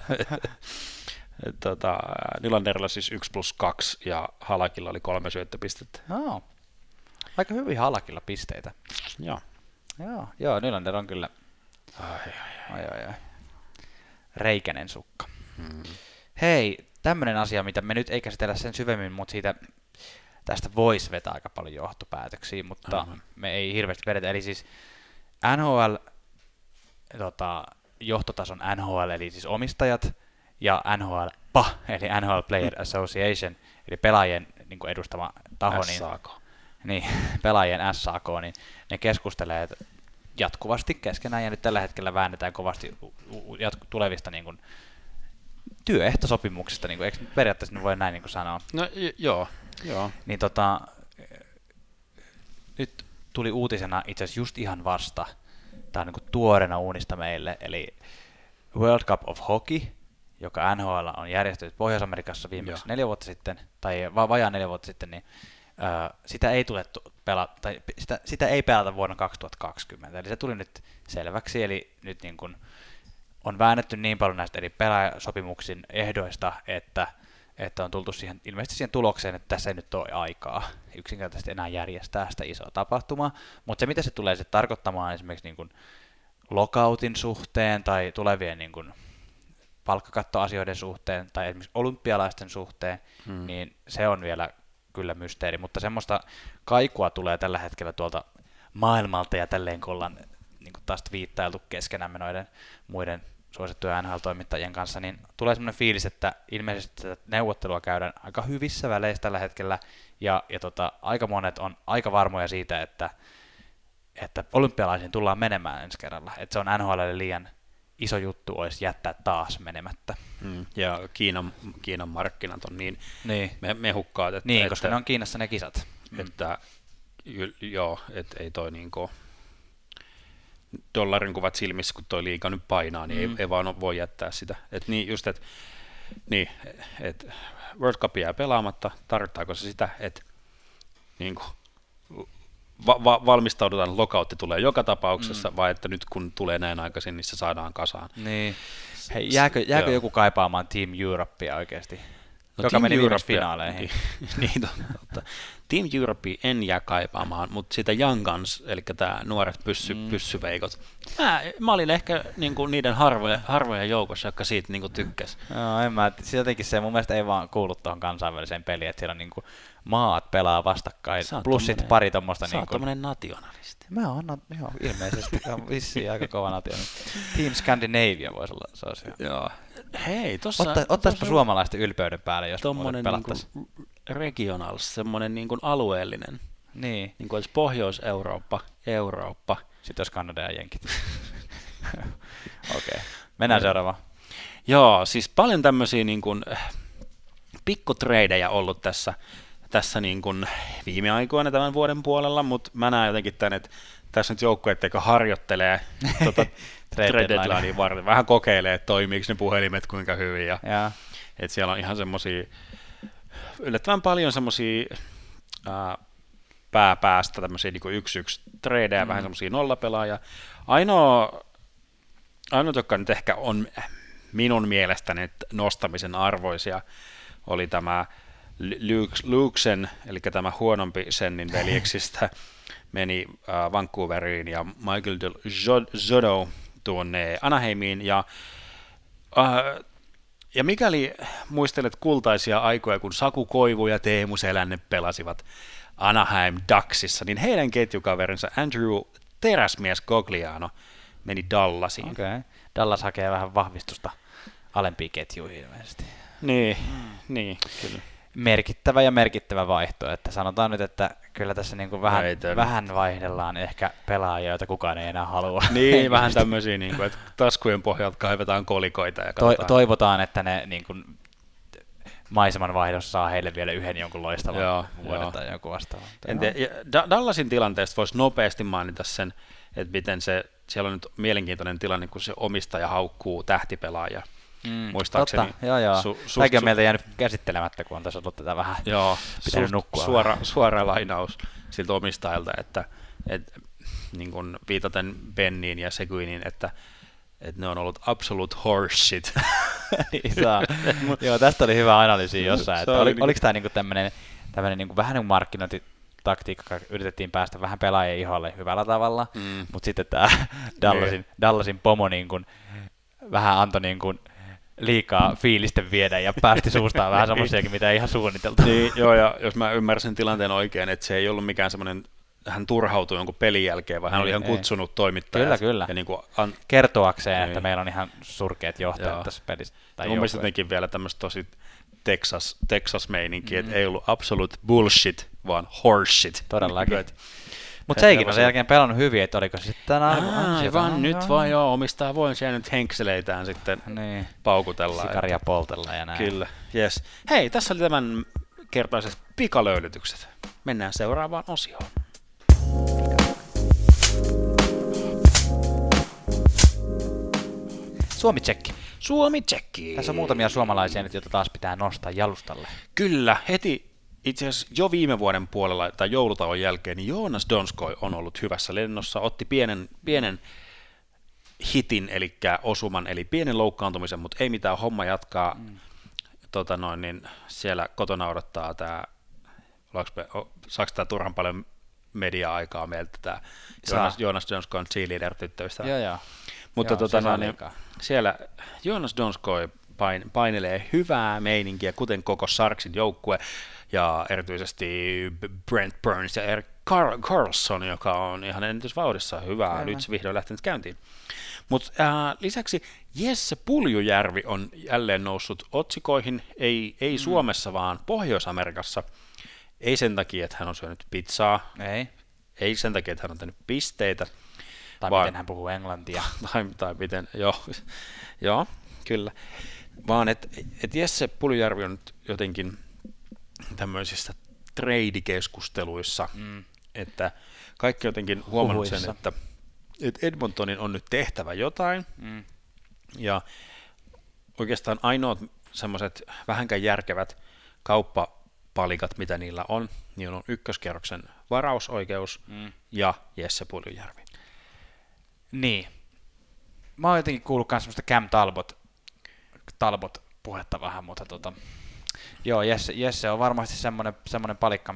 Nylanderilla siis 1+2 ja Halakilla oli 3 syöttöpistettä. No. Aika hyvin Halakilla pisteitä. Joo, Nylander on kyllä ai. Reikänen sukka. Hei, tämmönen asia, mitä me nyt ei käsitellä sen syvemmin, mutta tästä voisi vetää aika paljon johtopäätöksiä, mutta me ei hirveästi vedetä. Eli siis NHL, johtotason NHL, eli siis omistajat, ja NHL PA, eli NHL Player Association, eli pelaajien niin kuin edustama taho, niin pelaajien SAK, niin ne keskustelee jatkuvasti keskenään, ja nyt tällä hetkellä väännetään kovasti tulevista niin kuin työehtosopimuksista, niin kuin, eikö periaatteessa ne voi näin niin kuin sanoa? No joo. Niin nyt tuli uutisena itse asiassa just ihan vasta. Tämä on niin tuoreena uunista meille, eli World Cup of Hockey, joka NHL on järjestetty Pohjois-Amerikassa viimeksi 4 vuotta sitten, tai vajaa 4 vuotta sitten, niin sitä ei tule sitä ei pelata vuonna 2020, eli se tuli nyt selväksi, eli nyt niin kuin on väännetty niin paljon näistä eri pelaajasopimuksin ehdoista, että on tultu ilmeisesti siihen tulokseen, että tässä ei nyt ole aikaa yksinkertaisesti enää järjestää sitä isoa tapahtumaa, mutta se mitä se tulee sitten tarkoittamaan esimerkiksi niin kuin lockoutin suhteen tai tulevien niin kuin palkkakattoasioiden suhteen tai esimerkiksi olympialaisten suhteen, niin se on vielä kyllä mysteeri, mutta semmoista kaikua tulee tällä hetkellä tuolta maailmalta ja tälleen kun ollaan niin kuin taas viittailtu keskenämme noiden muiden suosittujen NHL-toimittajien kanssa, niin tulee semmoinen fiilis, että ilmeisesti tätä neuvottelua käydään aika hyvissä väleissä tällä hetkellä, ja aika monet on aika varmoja siitä, että olympialaisiin tullaan menemään ensi kerralla, että se on NHL:lle liian iso juttu olisi jättää taas menemättä. Ja Kiinan markkinat on niin. Mehukkaat. Niin, koska ne on Kiinassa ne kisat. Että joo, että ei toi niinku dollarin kuvat silmissä, kun toi liiga nyt painaa, niin ei vaan voi jättää sitä. Et niin just, että World Cup jää pelaamatta, tarkoittaako se sitä, että niinku valmistaudutaan, lockoutti tulee joka tapauksessa, vai että nyt kun tulee näin aikaisin, niin se saadaan kasaan. Niin. Hei, jääkö joku kaipaamaan Team Europea oikeasti? Joka meni viimeksi finaaleihin. Niin, totta. Team Europea en jää kaipaamaan, mutta sitä Young Guns, eli tämä nuoret pyssyveikot, mä olin ehkä niinku niiden harvojen joukossa, jotka siitä niinku tykkäs. No, en mä, jotenkin se mun mielestä ei vaan kuulu tuohon kansainväliseen peliin, että siellä on niinku maat pelaa vastakkain, plus sitten pari tommoista. Sä oot tommonen nationalisti. Mä oon, joo, ilmeisesti, vissiin aika kova nationalisti. Team Scandinavia voisi olla, se olisi joo. Hei, tossa ottaispa suomalaisten ylpeyden päälle, jos muuten pelattaisiin. Niinku regionals, semmoinen niinku alueellinen. Niin. Niin kuin olisi Pohjois-Eurooppa, Eurooppa. Sitten olisi Kanada ja Jenkit. Okei. Mennään seuraavaan. Joo, siis paljon tämmöisiä niin kuin pikkutreidejä ollut tässä niin kuin viime aikoina tämän vuoden puolella, mutta mä näen jotenkin tämän, että tässä nyt joukkueet harjoittelee trade deadlinea varten, vähän kokeilee, että toimiiko ne puhelimet kuinka hyvin, ja että siellä on ihan semmoisia, yllättävän paljon semmoisia päästä tämmöisiä niin 1-1 tradeja, vähän semmoisia nollapelaajia. Ainoa, joka nyt ehkä on minun mielestäni nostamisen arvoisia, oli tämä Lukesen, eli tämä huonompi Sennin veljeksistä, meni Vancouveriin ja Michael Del Zotto tuonne Anaheimiin, ja mikäli muistelet kultaisia aikoja, kun Saku Koivu ja Teemu Selänne pelasivat Anaheim Ducksissa, niin heidän ketjukaverinsa Andrew Teräsmies Gogliano meni Dallasiin. Okei. Dallas hakee vähän vahvistusta alempiin ketjuihin ilmeisesti. Niin, kyllä. Merkittävä vaihto, että sanotaan nyt, että kyllä tässä niin kuin vähän vaihdellaan ehkä pelaajia, joita kukaan ei enää halua. Niin, vähän tämmöisiä, niin kuin, että taskujen pohjalta kaivetaan kolikoita. Ja toivotaan, että ne niin kuin, maiseman vaihdossa saa heille vielä yhden jonkun loistavan vuoden tai joku vastaavan. Dallasin tilanteesta voisi nopeasti mainita sen, että miten siellä on nyt mielenkiintoinen tilanne, kun se omistaja haukkuu tähtipelaaja. Muistaakseni. Tämäkin on meiltä jäänyt käsittelemättä, kun on tässä ollut tätä vähän pitänyt nukkua. Suora lainaus siltä omistajalta, että niin kuin viitaten Benniin ja Seguinin, että ne on ollut absolute horse shit. Joo, tästä oli hyvä analyysi jossain. Että oliko tämä niinku tämmöinen niinku vähän niin kuin markkinointitaktiikka, yritettiin päästä vähän pelaajien iholle hyvällä tavalla, mutta sitten tämä Dallasin pomo niin kuin, vähän antoi niin kuin liikaa fiilisten viedä ja päästi suustaan vähän semmoisiakin, mitä ei ihan suunniteltu. Niin, joo, ja jos mä ymmärsin tilanteen oikein, että se ei ollut mikään semmoinen, hän turhautui jonkun pelin jälkeen, vaan hän oli ihan kutsunut toimittajat. Kyllä. Ja niin kuin kertoakseen, että meillä on ihan surkeat johtajat tässä pelissä. Mun mielestä jotenkin vielä tämmöistä tosi Texas-meininkiä, että ei ollut absolute bullshit, vaan horseshit. Todellakin. Mutta seikin on sen jälkeen pelannut hyvin, että oliko se sitten tänään? Vaan nyt vaan omistaa voin siellä nyt henkseleitään sitten paukutella. Sikaria poltella ja näin. Kyllä, yes. Hei, tässä oli tämän kertaiset pikalöylytykset. Mennään seuraavaan osioon. Suomi-tsekki. Suomi-tsekki. Tässä on muutamia suomalaisia nyt, joita taas pitää nostaa jalustalle. Kyllä, heti itse asiassa jo viime vuoden puolella tai joulutauon jälkeen, niin Joonas Donskoi on ollut hyvässä lennossa, otti pienen hitin, eli osuman, eli pienen loukkaantumisen, mutta ei mitään, homma jatkaa. Niin siellä kotona odottaa tämä, saako tämä turhan paljon media-aikaa meiltä, tämä Joonas Donskoin cheerleader-tyttöystä. Joo. Mutta siellä Joonas Donskoi painelee hyvää meininkiä, kuten koko Sharksin joukkue, ja erityisesti Brent Burns ja Eric Carlson, joka on ihan ennätysvauhdissa hyvää, nyt se vihdoin lähtenyt käyntiin. Mutta lisäksi Jesse Puljujärvi on jälleen noussut otsikoihin, ei Suomessa, vaan Pohjois-Amerikassa. Ei sen takia, että hän on syönyt pizzaa, ei sen takia, että hän on tehnyt pisteitä. Tai miten hän puhuu englantia. tai miten, joo, kyllä. Vaan että Jesse Puljujärvi on nyt jotenkin tämmöisissä trade-keskusteluissa, että kaikki jotenkin huomannut sen, että Edmontonin on nyt tehtävä jotain, ja oikeastaan ainoat semmoiset vähänkään järkevät kauppapalikat, mitä niillä on, niin on ykköskerroksen varausoikeus ja Jesse Puljujärvi. Niin. Mä oon jotenkin kuullut myös semmoista Cam Talbot-puhetta vähän, mutta joo, Jesse on varmasti semmoinen palikka,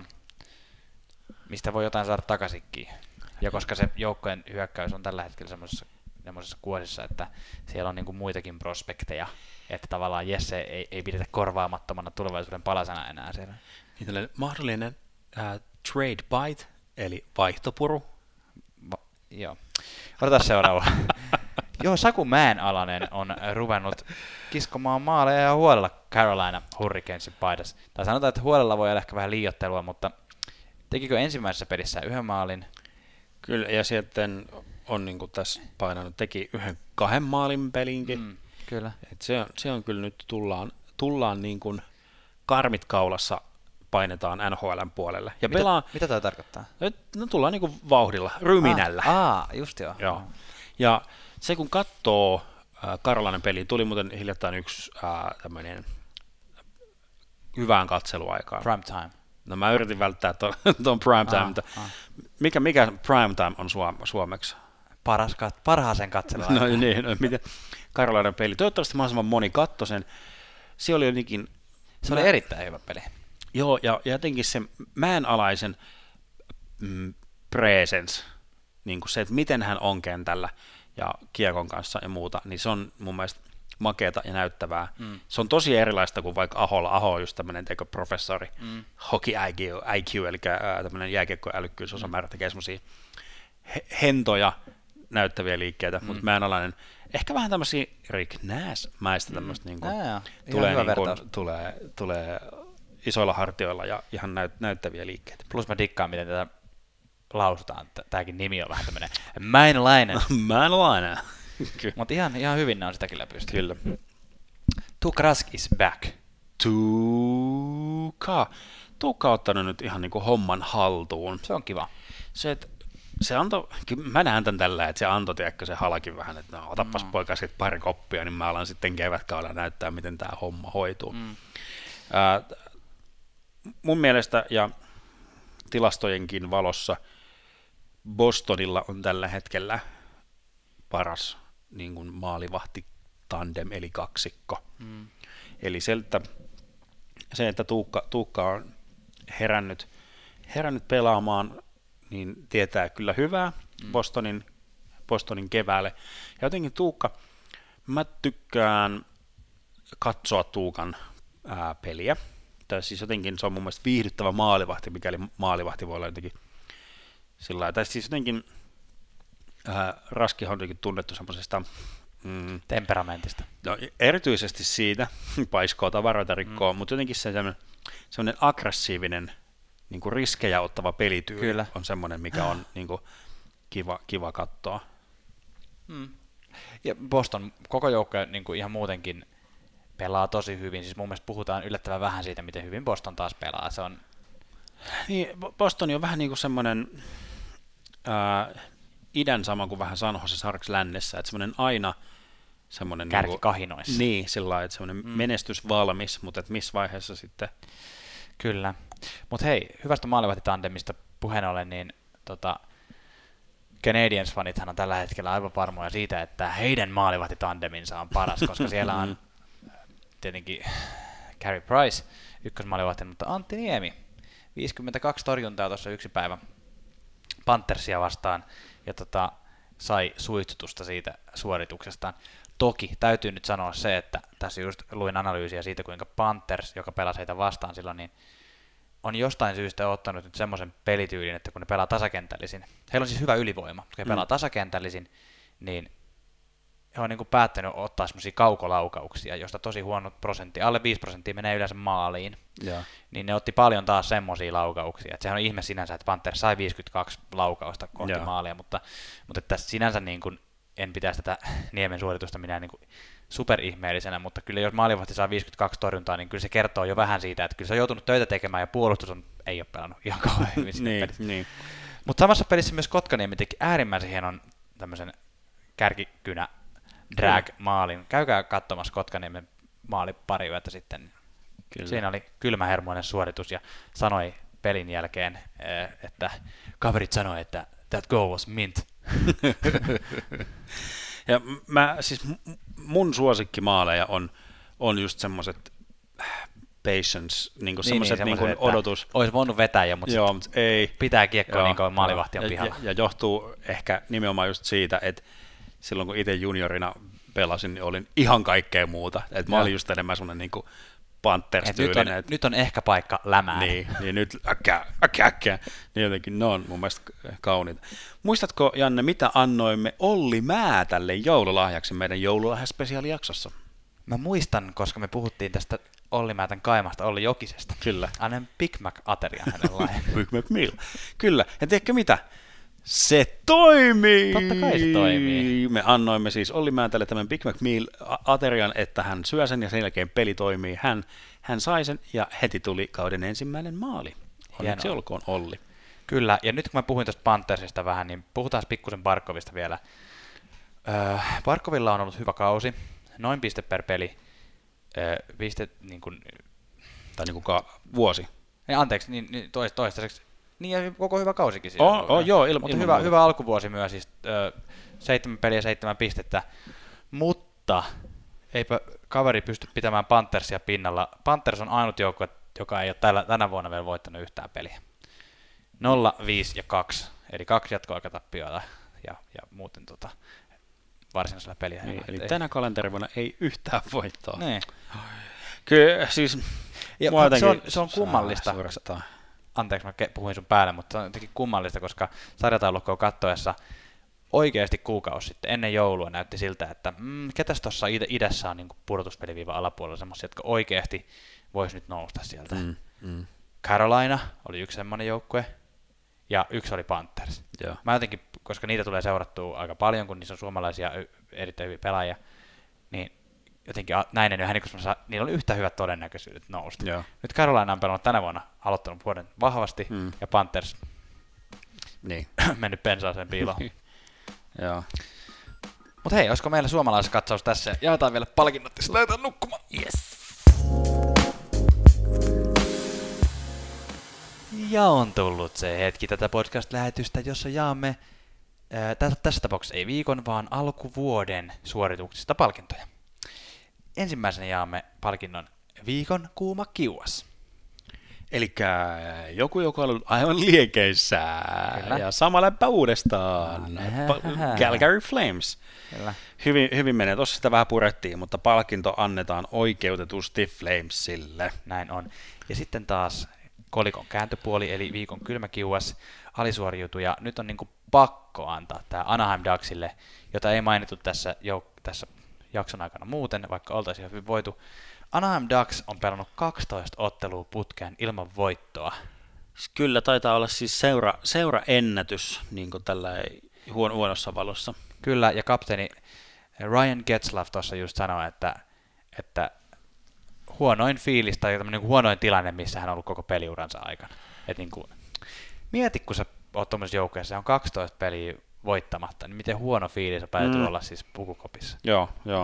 mistä voi jotain saada takaisinkin. Ja koska se joukkojen hyökkäys on tällä hetkellä semmoisessa kuosissa, että siellä on niinku muitakin prospekteja, että tavallaan Jesse ei pidetä korvaamattomana tulevaisuuden palasena enää siellä. Niin tällainen mahdollinen trade bite, eli vaihtopuru. Joo. Otetaan seuraava. Joo, Saku Mäenalainen on ruvennut kiskomaan maaleja ja huolella Carolina Hurricanesin paidassa. Tai sanotaan, että huolella voi olla ehkä vähän liioittelua, mutta tekikö ensimmäisessä pelissä yhden maalin? Kyllä, ja sitten on niin kuin tässä painanut, teki 1-2 maalin pelinkin. Kyllä. Et se on kyllä nyt tullaan niin kuin karmit kaulassa painetaan NHL:n puolelle. Ja mitä tämä tarkoittaa? No tullaan niin kuin vauhdilla, ryminällä. Just joo. Ja se kun katsoo Karolainen peliin, tuli muuten hiljattain yksi tämmöinen hyvään katseluaikaan. Prime time. No mä yritin välttää tuon prime time, mutta mikä prime time on suomeksi? Parhaaseen katseluaikaan. No niin, miten Karolainen peli. Toivottavasti mahdollisimman moni katsoi sen. Se oli jotenkin... Se oli erittäin hyvä peli. Joo, ja jotenkin se Mäenalaisen presence, niin kuin se, että miten hän on kentällä ja kiekon kanssa ja muuta, niin se on mun mielestä makeata ja näyttävää. Se on tosi erilaista kuin vaikka Aho on just tämmöinen professori, hockey IQ, eli tämmöinen jääkiekkoälykkyys, osa tekee semmoisia hentoja näyttäviä liikkeitä, mutta Mäenalainen ehkä vähän tämmöisiä Rick Nash-mäistä tämmöistä tulee isoilla hartioilla ja ihan näyttäviä liikkeitä. Plus mä dikkaan, miten tätä lausutaan. Tämäkin nimi on vähän tämmöinen Mäenalainen. Mäenalainen. Mutta ihan hyvin ne on sitä kyllä pystynyt. Kyllä. Tuukka Rask is back. Tuukka on ottanut nyt ihan niinku homman haltuun. Se on kiva. Se antoi, mä näen tämän tällä, että se antoi se halakin vähän, että no, otapas poika sitten pari koppia, niin mä alan sitten kevätkaudella näyttää, miten tämä homma hoituu. Mun mielestä ja tilastojenkin valossa Bostonilla on tällä hetkellä paras niin kuin maalivahti tandem eli kaksikko. Eli se, että Tuukka on herännyt pelaamaan, niin tietää kyllä hyvää Bostonin keväälle. Ja jotenkin Tuukka, mä tykkään katsoa Tuukan peliä. Tai siis jotenkin se on mun mielestä viihdyttävä maalivahti, mikäli maalivahti voi olla jotenkin sillä lailla. Tai siis jotenkin Raskihan on jotenkin tunnettu semmoisesta temperamentista. No, erityisesti siitä, paiskoo tavaroita rikkoa, mutta jotenkin se semmoinen aggressiivinen niin kuin riskejä ottava pelityyli kyllä on semmoinen, mikä on niin kuin kiva katsoa. Ja Boston koko joukko niin kuin ihan muutenkin pelaa tosi hyvin. Siis mun mielestä puhutaan yllättävän vähän siitä, miten hyvin Boston taas pelaa. Se on... Niin, Boston on vähän niin kuin semmoinen idän sama kuin vähän San Jose Sharks lännessä, että semmoinen aina semmoinen kärkikahinoissa. Niin, sillä lailla, että semmoinen menestys valmis, mutta että missä vaiheessa sitten... Kyllä. Mutta hei, hyvästä maalivahtitandemista puheen ollen, niin Canadiens-fanithan on tällä hetkellä aivan varmoja siitä, että heidän maalivahtitandeminsa on paras, koska siellä on tietenkin Carey Price ykkösmaalivahti, mutta Antti Niemi, 52 torjuntaa tuossa yksi päivä Panthersia vastaan, ja sai suitsutusta siitä suorituksestaan. Toki täytyy nyt sanoa se, että tässä just luin analyysiä siitä, kuinka Panthers, joka pelasi heitä vastaan silloin, niin on jostain syystä ottanut nyt semmoisen pelityylin, että kun ne pelaa tasakentällisin, heillä on siis hyvä ylivoima, kun ne pelaa tasakentällisin, niin he on niin kuin päättänyt ottaa semmoisia kaukolaukauksia, josta tosi huono prosentti, alle 5% menee yleensä maaliin, niin ne otti paljon taas semmoisia laukauksia, että sehän on ihme sinänsä, että Panthers sai 52 laukausta kohti maalia, mutta että sinänsä niin kuin en pitäisi tätä Niemen suoritusta minä niin kuin superihmeellisenä, mutta kyllä jos maalivahti saa 52 torjuntaa, niin kyllä se kertoo jo vähän siitä, että kyllä se on joutunut töitä tekemään ja puolustus ei ole pelannut ihan kauhean hyvin niin. Mutta samassa pelissä myös Kotkaniemi teki äärimmäisen hienon tämmöisen kärkikynä drag-maalin. Käykää katsomassa Kotkaniemen maali pari yötä sitten. Kyllä. Siinä oli kylmähermoinen suoritus ja sanoi pelin jälkeen, että kaverit sanoi, että that goal was mint. Ja mun suosikkimaaleja on just semmoiset patience, niinku semmoiset niinku odotus. Olisi voinut vetää jo, mutta ei. Pitää kiekkoa niin kuin maalivahti on pihalla. Ja johtuu ehkä nimenomaan just siitä, että silloin kun itse juniorina pelasin, niin olin ihan kaikkea muuta. Et mä olin just enemmän semmoinen niinku Panthers-tyylinen. Nyt on ehkä paikka lämään. Niin nyt äkää. Niin jotenkin ne on mun mielestä kauniita. Muistatko, Janne, mitä annoimme Olli Määtälle joululahjaksi meidän joululahjaspesiaalijaksossa? Mä muistan, koska me puhuttiin tästä Olli Määtän kaimasta, Olli Jokisesta. Kyllä. Annan Big Mac-aterian hänen lahjaksi. Big Mac Meal. Kyllä. Ja tiedätkö mitä? Se toimii! Totta kai se toimii. Me annoimme siis Olli Määtälle tämän Big Mac Meal-aterian, että hän syö sen ja sen jälkeen peli toimii. Hän sai sen ja heti tuli kauden ensimmäinen maali. Onneksi olkoon Olli. Kyllä, ja nyt kun mä puhuin tuosta Panthersista vähän, niin puhutaan pikkusen Barkovista vielä. Barkovilla on ollut hyvä kausi, noin piste per peli. Piste niin kuin... Tai niin kuin vuosi. Anteeksi, niin toistaiseksi. Niin ja koko hyvä kausikin siinä. Joo, mutta hyvä alkuvuosi myös, siis 7 peliä 7 pistettä, mutta eipä kaveri pysty pitämään Panthersia pinnalla. Panthers on ainut joukkue, joka ei ole tänä vuonna vielä voittanut yhtään peliä. 0, 5 ja 2, eli 2 jatkoaikatappioita ja muuten varsinaisella peliä. Niin, eli tänä kalenterivuonna ei yhtään voittoa. Niin. Kyllä, siis... Se on kummallista. Anteeksi, mä puhuin sun päälle, mutta se on jotenkin kummallista, koska sarjataulukkoa kattoessa oikeasti kuukausi sitten ennen joulua näytti siltä, että ketäs tuossa idässä on niin pudotuspeliviivan alapuolella semmoisia, jotka oikeasti vois nyt nousta sieltä. Carolina oli yksi semmoinen joukkue, ja yksi oli Panthers. Joo. Mä jotenkin, koska niitä tulee seurattua aika paljon, kun niissä on suomalaisia erittäin hyviä pelaajia, niin jotenkin näin vähän niin kuin niillä oli yhtä hyvät todennäköisyydet nousta. Joo. Nyt Carolina on pelannut tänä vuonna, aloittanut vuoden vahvasti, ja Panthers mennyt pensaaseen piiloon. Joo. Mutta hei, olisiko meillä suomalaiskatsaus tässä? Jaetaan vielä palkinnot, jos lähdetään nukkumaan. Yes. Ja on tullut se hetki tätä podcast-lähetystä, jossa jaamme tässä tapauksessa ei viikon, vaan alkuvuoden suorituksista palkintoja. Ensimmäisenä jaamme palkinnon viikon kuuma kiuas. Elikkä joku, joka on ollut aivan liekeissä. Kyllä. Ja sama läppä uudestaan. Calgary Flames. Kyllä. Hyvin menee. Tuossa sitä vähän purettiin, mutta palkinto annetaan oikeutetusti Flamesille. Näin on. Ja sitten taas kolikon kääntöpuoli, eli viikon kylmäkiuas alisuoriutuja. Nyt on niinku pakko antaa tämä Anaheim Ducksille, jota ei mainittu tässä jakson aikana muuten, vaikka oltaisiin hyvin voitu. Anaheim Ducks on pelannut 12 ottelua putkeen ilman voittoa. Kyllä, taitaa olla siis seuraennätys niin kuin tällä huonossa valossa. Kyllä, ja kapteeni Ryan Getzlaff tuossa just sanoi, että huonoin fiilis tai tämmöinen huonoin tilanne, missä hän on ollut koko peliuransa aikana. Et niin kuin, mieti, kun sä oot tuollaisessa joukkueessa, on 12 peliä voittamatta, niin miten huono fiilis on päätyy olla siis pukukopissa. Joo.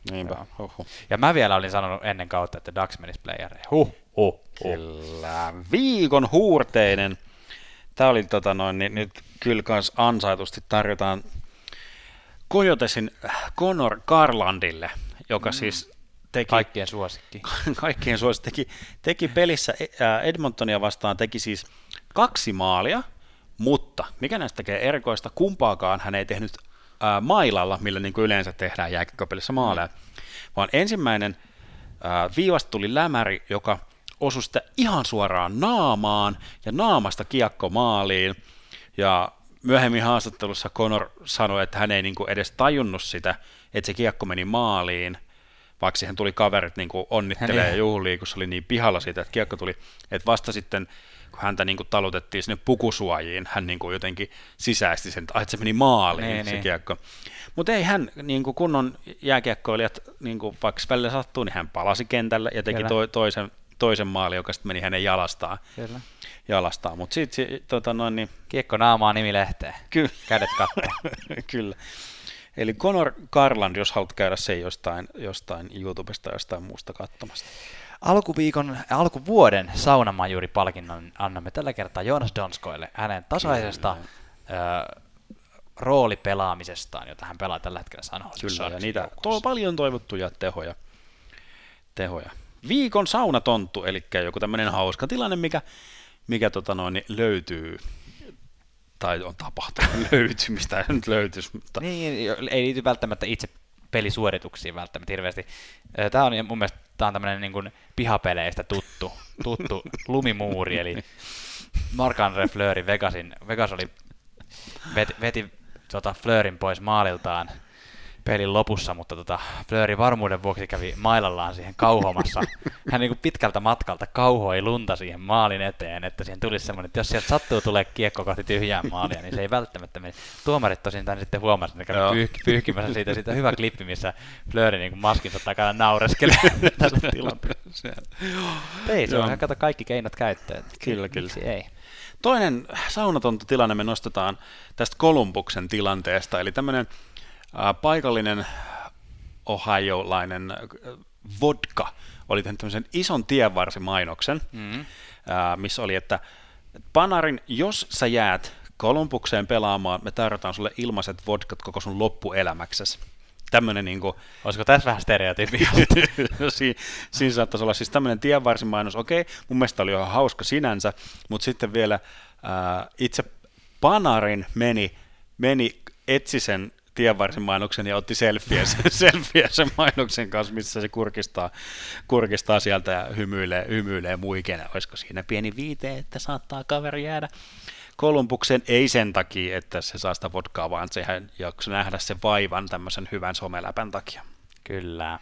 Niinpä. Ja mä vielä olin sanonut ennen kautta, että Ducks menisi playereihin. Kyllä. Viikon huurteinen. Tämä oli nyt kyllä kans ansaitusti tarjotaan Coyotesin Connor Garlandille, joka siis teki... Kaikkien suosikki. Teki pelissä Edmontonia vastaan, teki siis 2 maalia, mutta mikä näistä tekee erikoista, kumpaakaan hän ei tehnyt mailalla, millä niin kuin yleensä tehdään jääkiekkopelissä maaleja, vaan ensimmäinen viivasta tuli lämäri, joka osui sitten ihan suoraan naamaan ja naamasta kiekko maaliin, ja myöhemmin haastattelussa Connor sanoi, että hän ei niin kuin edes tajunnut sitä, että se kiekko meni maaliin, vaikka siihen tuli kaverit niin kuin onnittelee ja juhlii, kun se oli niin pihalla siitä, että kiekko tuli, että vasta sitten kun häntä niin kuin talutettiin sinne pukusuojiin, hän niin kuin jotenkin sisäisti sen, että se meni maaliin se kiekko. Mutta ei hän, niin kuin kunnon jääkiekkoilijat, niin kuin vaikka välillä sattuu, niin hän palasi kentälle ja teki toisen maalin, joka sitten meni hänen jalastaan. Mutta sitten niin... Kiekko naamaa nimilehteen. Kädet katteen. Kyllä. Eli Connor Garland, jos haluat käydä sen jostain YouTubesta tai jostain muusta katsomasta. Alkuvuoden saunamajuri-palkinnon annamme tällä kertaa Joonas Donskoille hänen tasaisesta roolipelaamisestaan, jota hän pelaa tällä hetkellä Sanoissa. Kyllä, ja niitä paljon toivottuja tehoja. Viikon saunatonttu, eli joku tämmöinen hauska tilanne, mikä löytyy, tai on tapahtunut löytymistä, ei nyt löytyisi. Mutta... Niin, ei liity välttämättä itse pelisuorituksiin välttämättä hirveästi. Tämä on mun mielestä tämmöinen niin kuin pihapeleistä tuttu lumimuuri, eli Marc-André Fleury Vegas veti Fleurin pois maaliltaan pelin lopussa, mutta Fleury varmuuden vuoksi kävi mailallaan siihen kauhomassa. Hän niin kuin pitkältä matkalta kauhoi lunta siihen maalin eteen, että siihen tulisi semmoinen, että jos sieltä sattuu tulee kiekko kohti tyhjää maalia, niin se ei välttämättä mene. Tuomarit tosin tämän sitten huomasivat, että kävi pyyhkimässä siitä hyvä klippi, missä Fleury niin kuin maskinsa takana naureskelee tälle tilanteelle. Ei se on, kato kaikki keinot käyttöön. Kyllä. Ei. Toinen saunatonta tilanne me nostetaan tästä Columbuksen tilanteesta, eli tämmöinen paikallinen ohiolainen vodka oli tehnyt tämmöisen ison tienvarsimainoksen, missä oli, että Panarin, jos sä jäät Columbukseen pelaamaan, me tarjotaan sulle ilmaiset vodkat koko sun loppuelämäksesi. Tämmöinen niinku... Olisiko tässä vähän stereotypia? Siinä saattaisi olla siis tämmöinen tienvarsimainos. Okei, mun mielestä oli ihan hauska sinänsä, mutta sitten vielä itse Panarin etsi sen tienvarsimainoksen ja otti selfieä sen mainoksen kanssa, missä se kurkistaa sieltä ja hymyilee muikena. Olisiko siinä pieni viite, että saattaa kaveri jäädä Columbukseen? Ei sen takia, että se saa sitä vodkaa, vaan sehän jakso nähdä sen vaivan tämmöisen hyvän someläpän takia. Kyllä.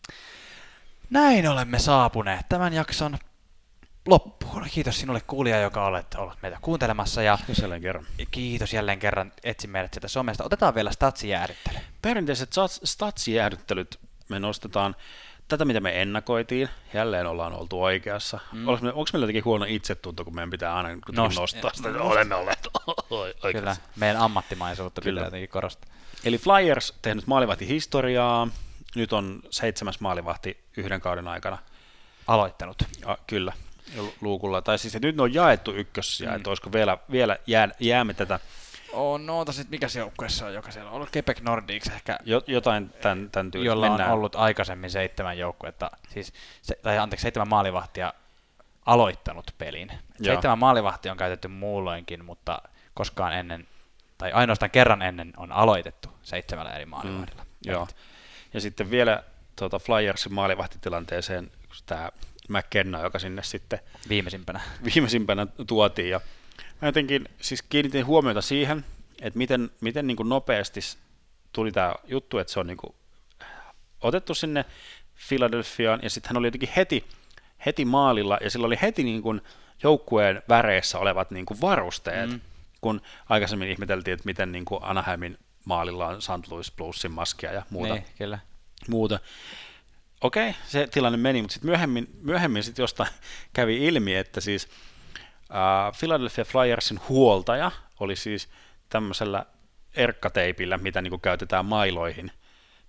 Näin olemme saapuneet tämän jakson loppuun. Kiitos sinulle kuulija, joka olet ollut meitä kuuntelemassa. Ja kiitos jälleen kerran. Etsi meidät sieltä somesta. Otetaan vielä statsijäähdyttely. Perinteiset statsijäähdyttelyt me nostetaan tätä, mitä me ennakoitiin. Jälleen ollaan oltu oikeassa. Onko meillä jotenkin huono itsetunto, kun meidän pitää aina nostaa sitä, että olemme olleet oikeassa. Kyllä, meidän ammattimaisuutta pitää jotenkin korostaa. Eli Flyers tehnyt maalivahtihistoriaa. Nyt on 7. maalivahti yhden kauden aikana. Aloittanut. Kyllä. Luukulla. Tai siis, että nyt ne on jaettu ykkössiä, että olisiko vielä jäämme tätä. Sitten mikä se joukkueessa on, joka siellä on ollut? Quebec Nordics ehkä. Jotain tämän tyylistä. Jolla on ollut aikaisemmin 7 joukkuetta, siis 7 maalivahtia aloittanut pelin. 7 maalivahtia on käytetty muulloinkin, mutta koskaan ennen, tai ainoastaan kerran ennen on aloitettu 7 eri maalivahdilla. Joo. Ja sitten vielä Flyersin maalivahtitilanteeseen tämä McKenna, joka sinne sitten viimeisimpänä tuotiin. Ja mä jotenkin siis kiinnitin huomiota siihen, että miten niin kuin nopeasti tuli tämä juttu, että se on niin kuin otettu sinne Philadelphiaan, ja sitten hän oli jotenkin heti maalilla, ja sillä oli heti niin kuin joukkueen väreissä olevat niin kuin varusteet, kun aikaisemmin ihmeteltiin, että miten niin kuin Anaheimin maalilla on St. Louis Bluesin maskia ja muuta. Okei, se tilanne meni, mutta sitten myöhemmin sit jostain kävi ilmi, että siis Philadelphia Flyersin huoltaja oli siis tämmöisellä erkkateipillä, mitä niinku käytetään mailoihin,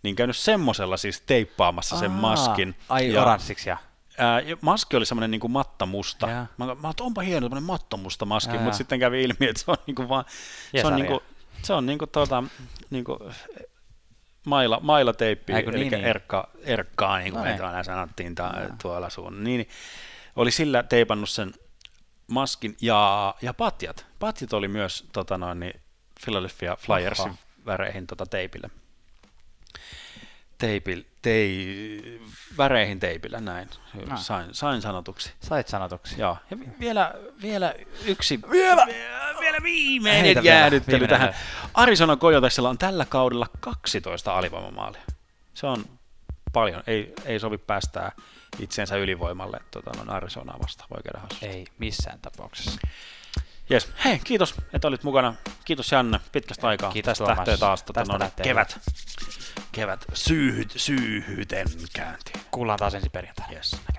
niin käynyt semmosella siis teippaamassa sen maskin. Ai oranssiksi ja... Maski oli semmoinen niin kuin mattamusta. Jaa. Mä ajattelin, että onpa hieno semmoinen mattamusta maski, mutta sitten kävi ilmi, että se on niinku vaan... Se on niinku mailateippi, eli erkkaa, niin kuin me aina sanottiin tuolla suun. Niin, oli sillä teipannut sen maskin ja patjat. Patjat oli myös Philadelphia Flyersin väreihin teipillä. Väreihin teipillä, näin. Sain sanotuksi. Sait sanotuksi. Joo. Ja vielä yksi... Vielä viimeinen jäädyttely tähän. Arizona Coyotesilla on tällä kaudella 12 alivoimamaalia. Se on paljon. Ei sovi päästää itseensä ylivoimalle Arizonaa vastaan. Voi käydä hassusti. Ei missään tapauksessa. Jes. Hei, kiitos, että olit mukana. Kiitos Janne, pitkästä aikaa. Kiitos Tästä lähtee taas kevät syyhyten käyntiin. Kuullaan taas ensi perjantaina. Yes.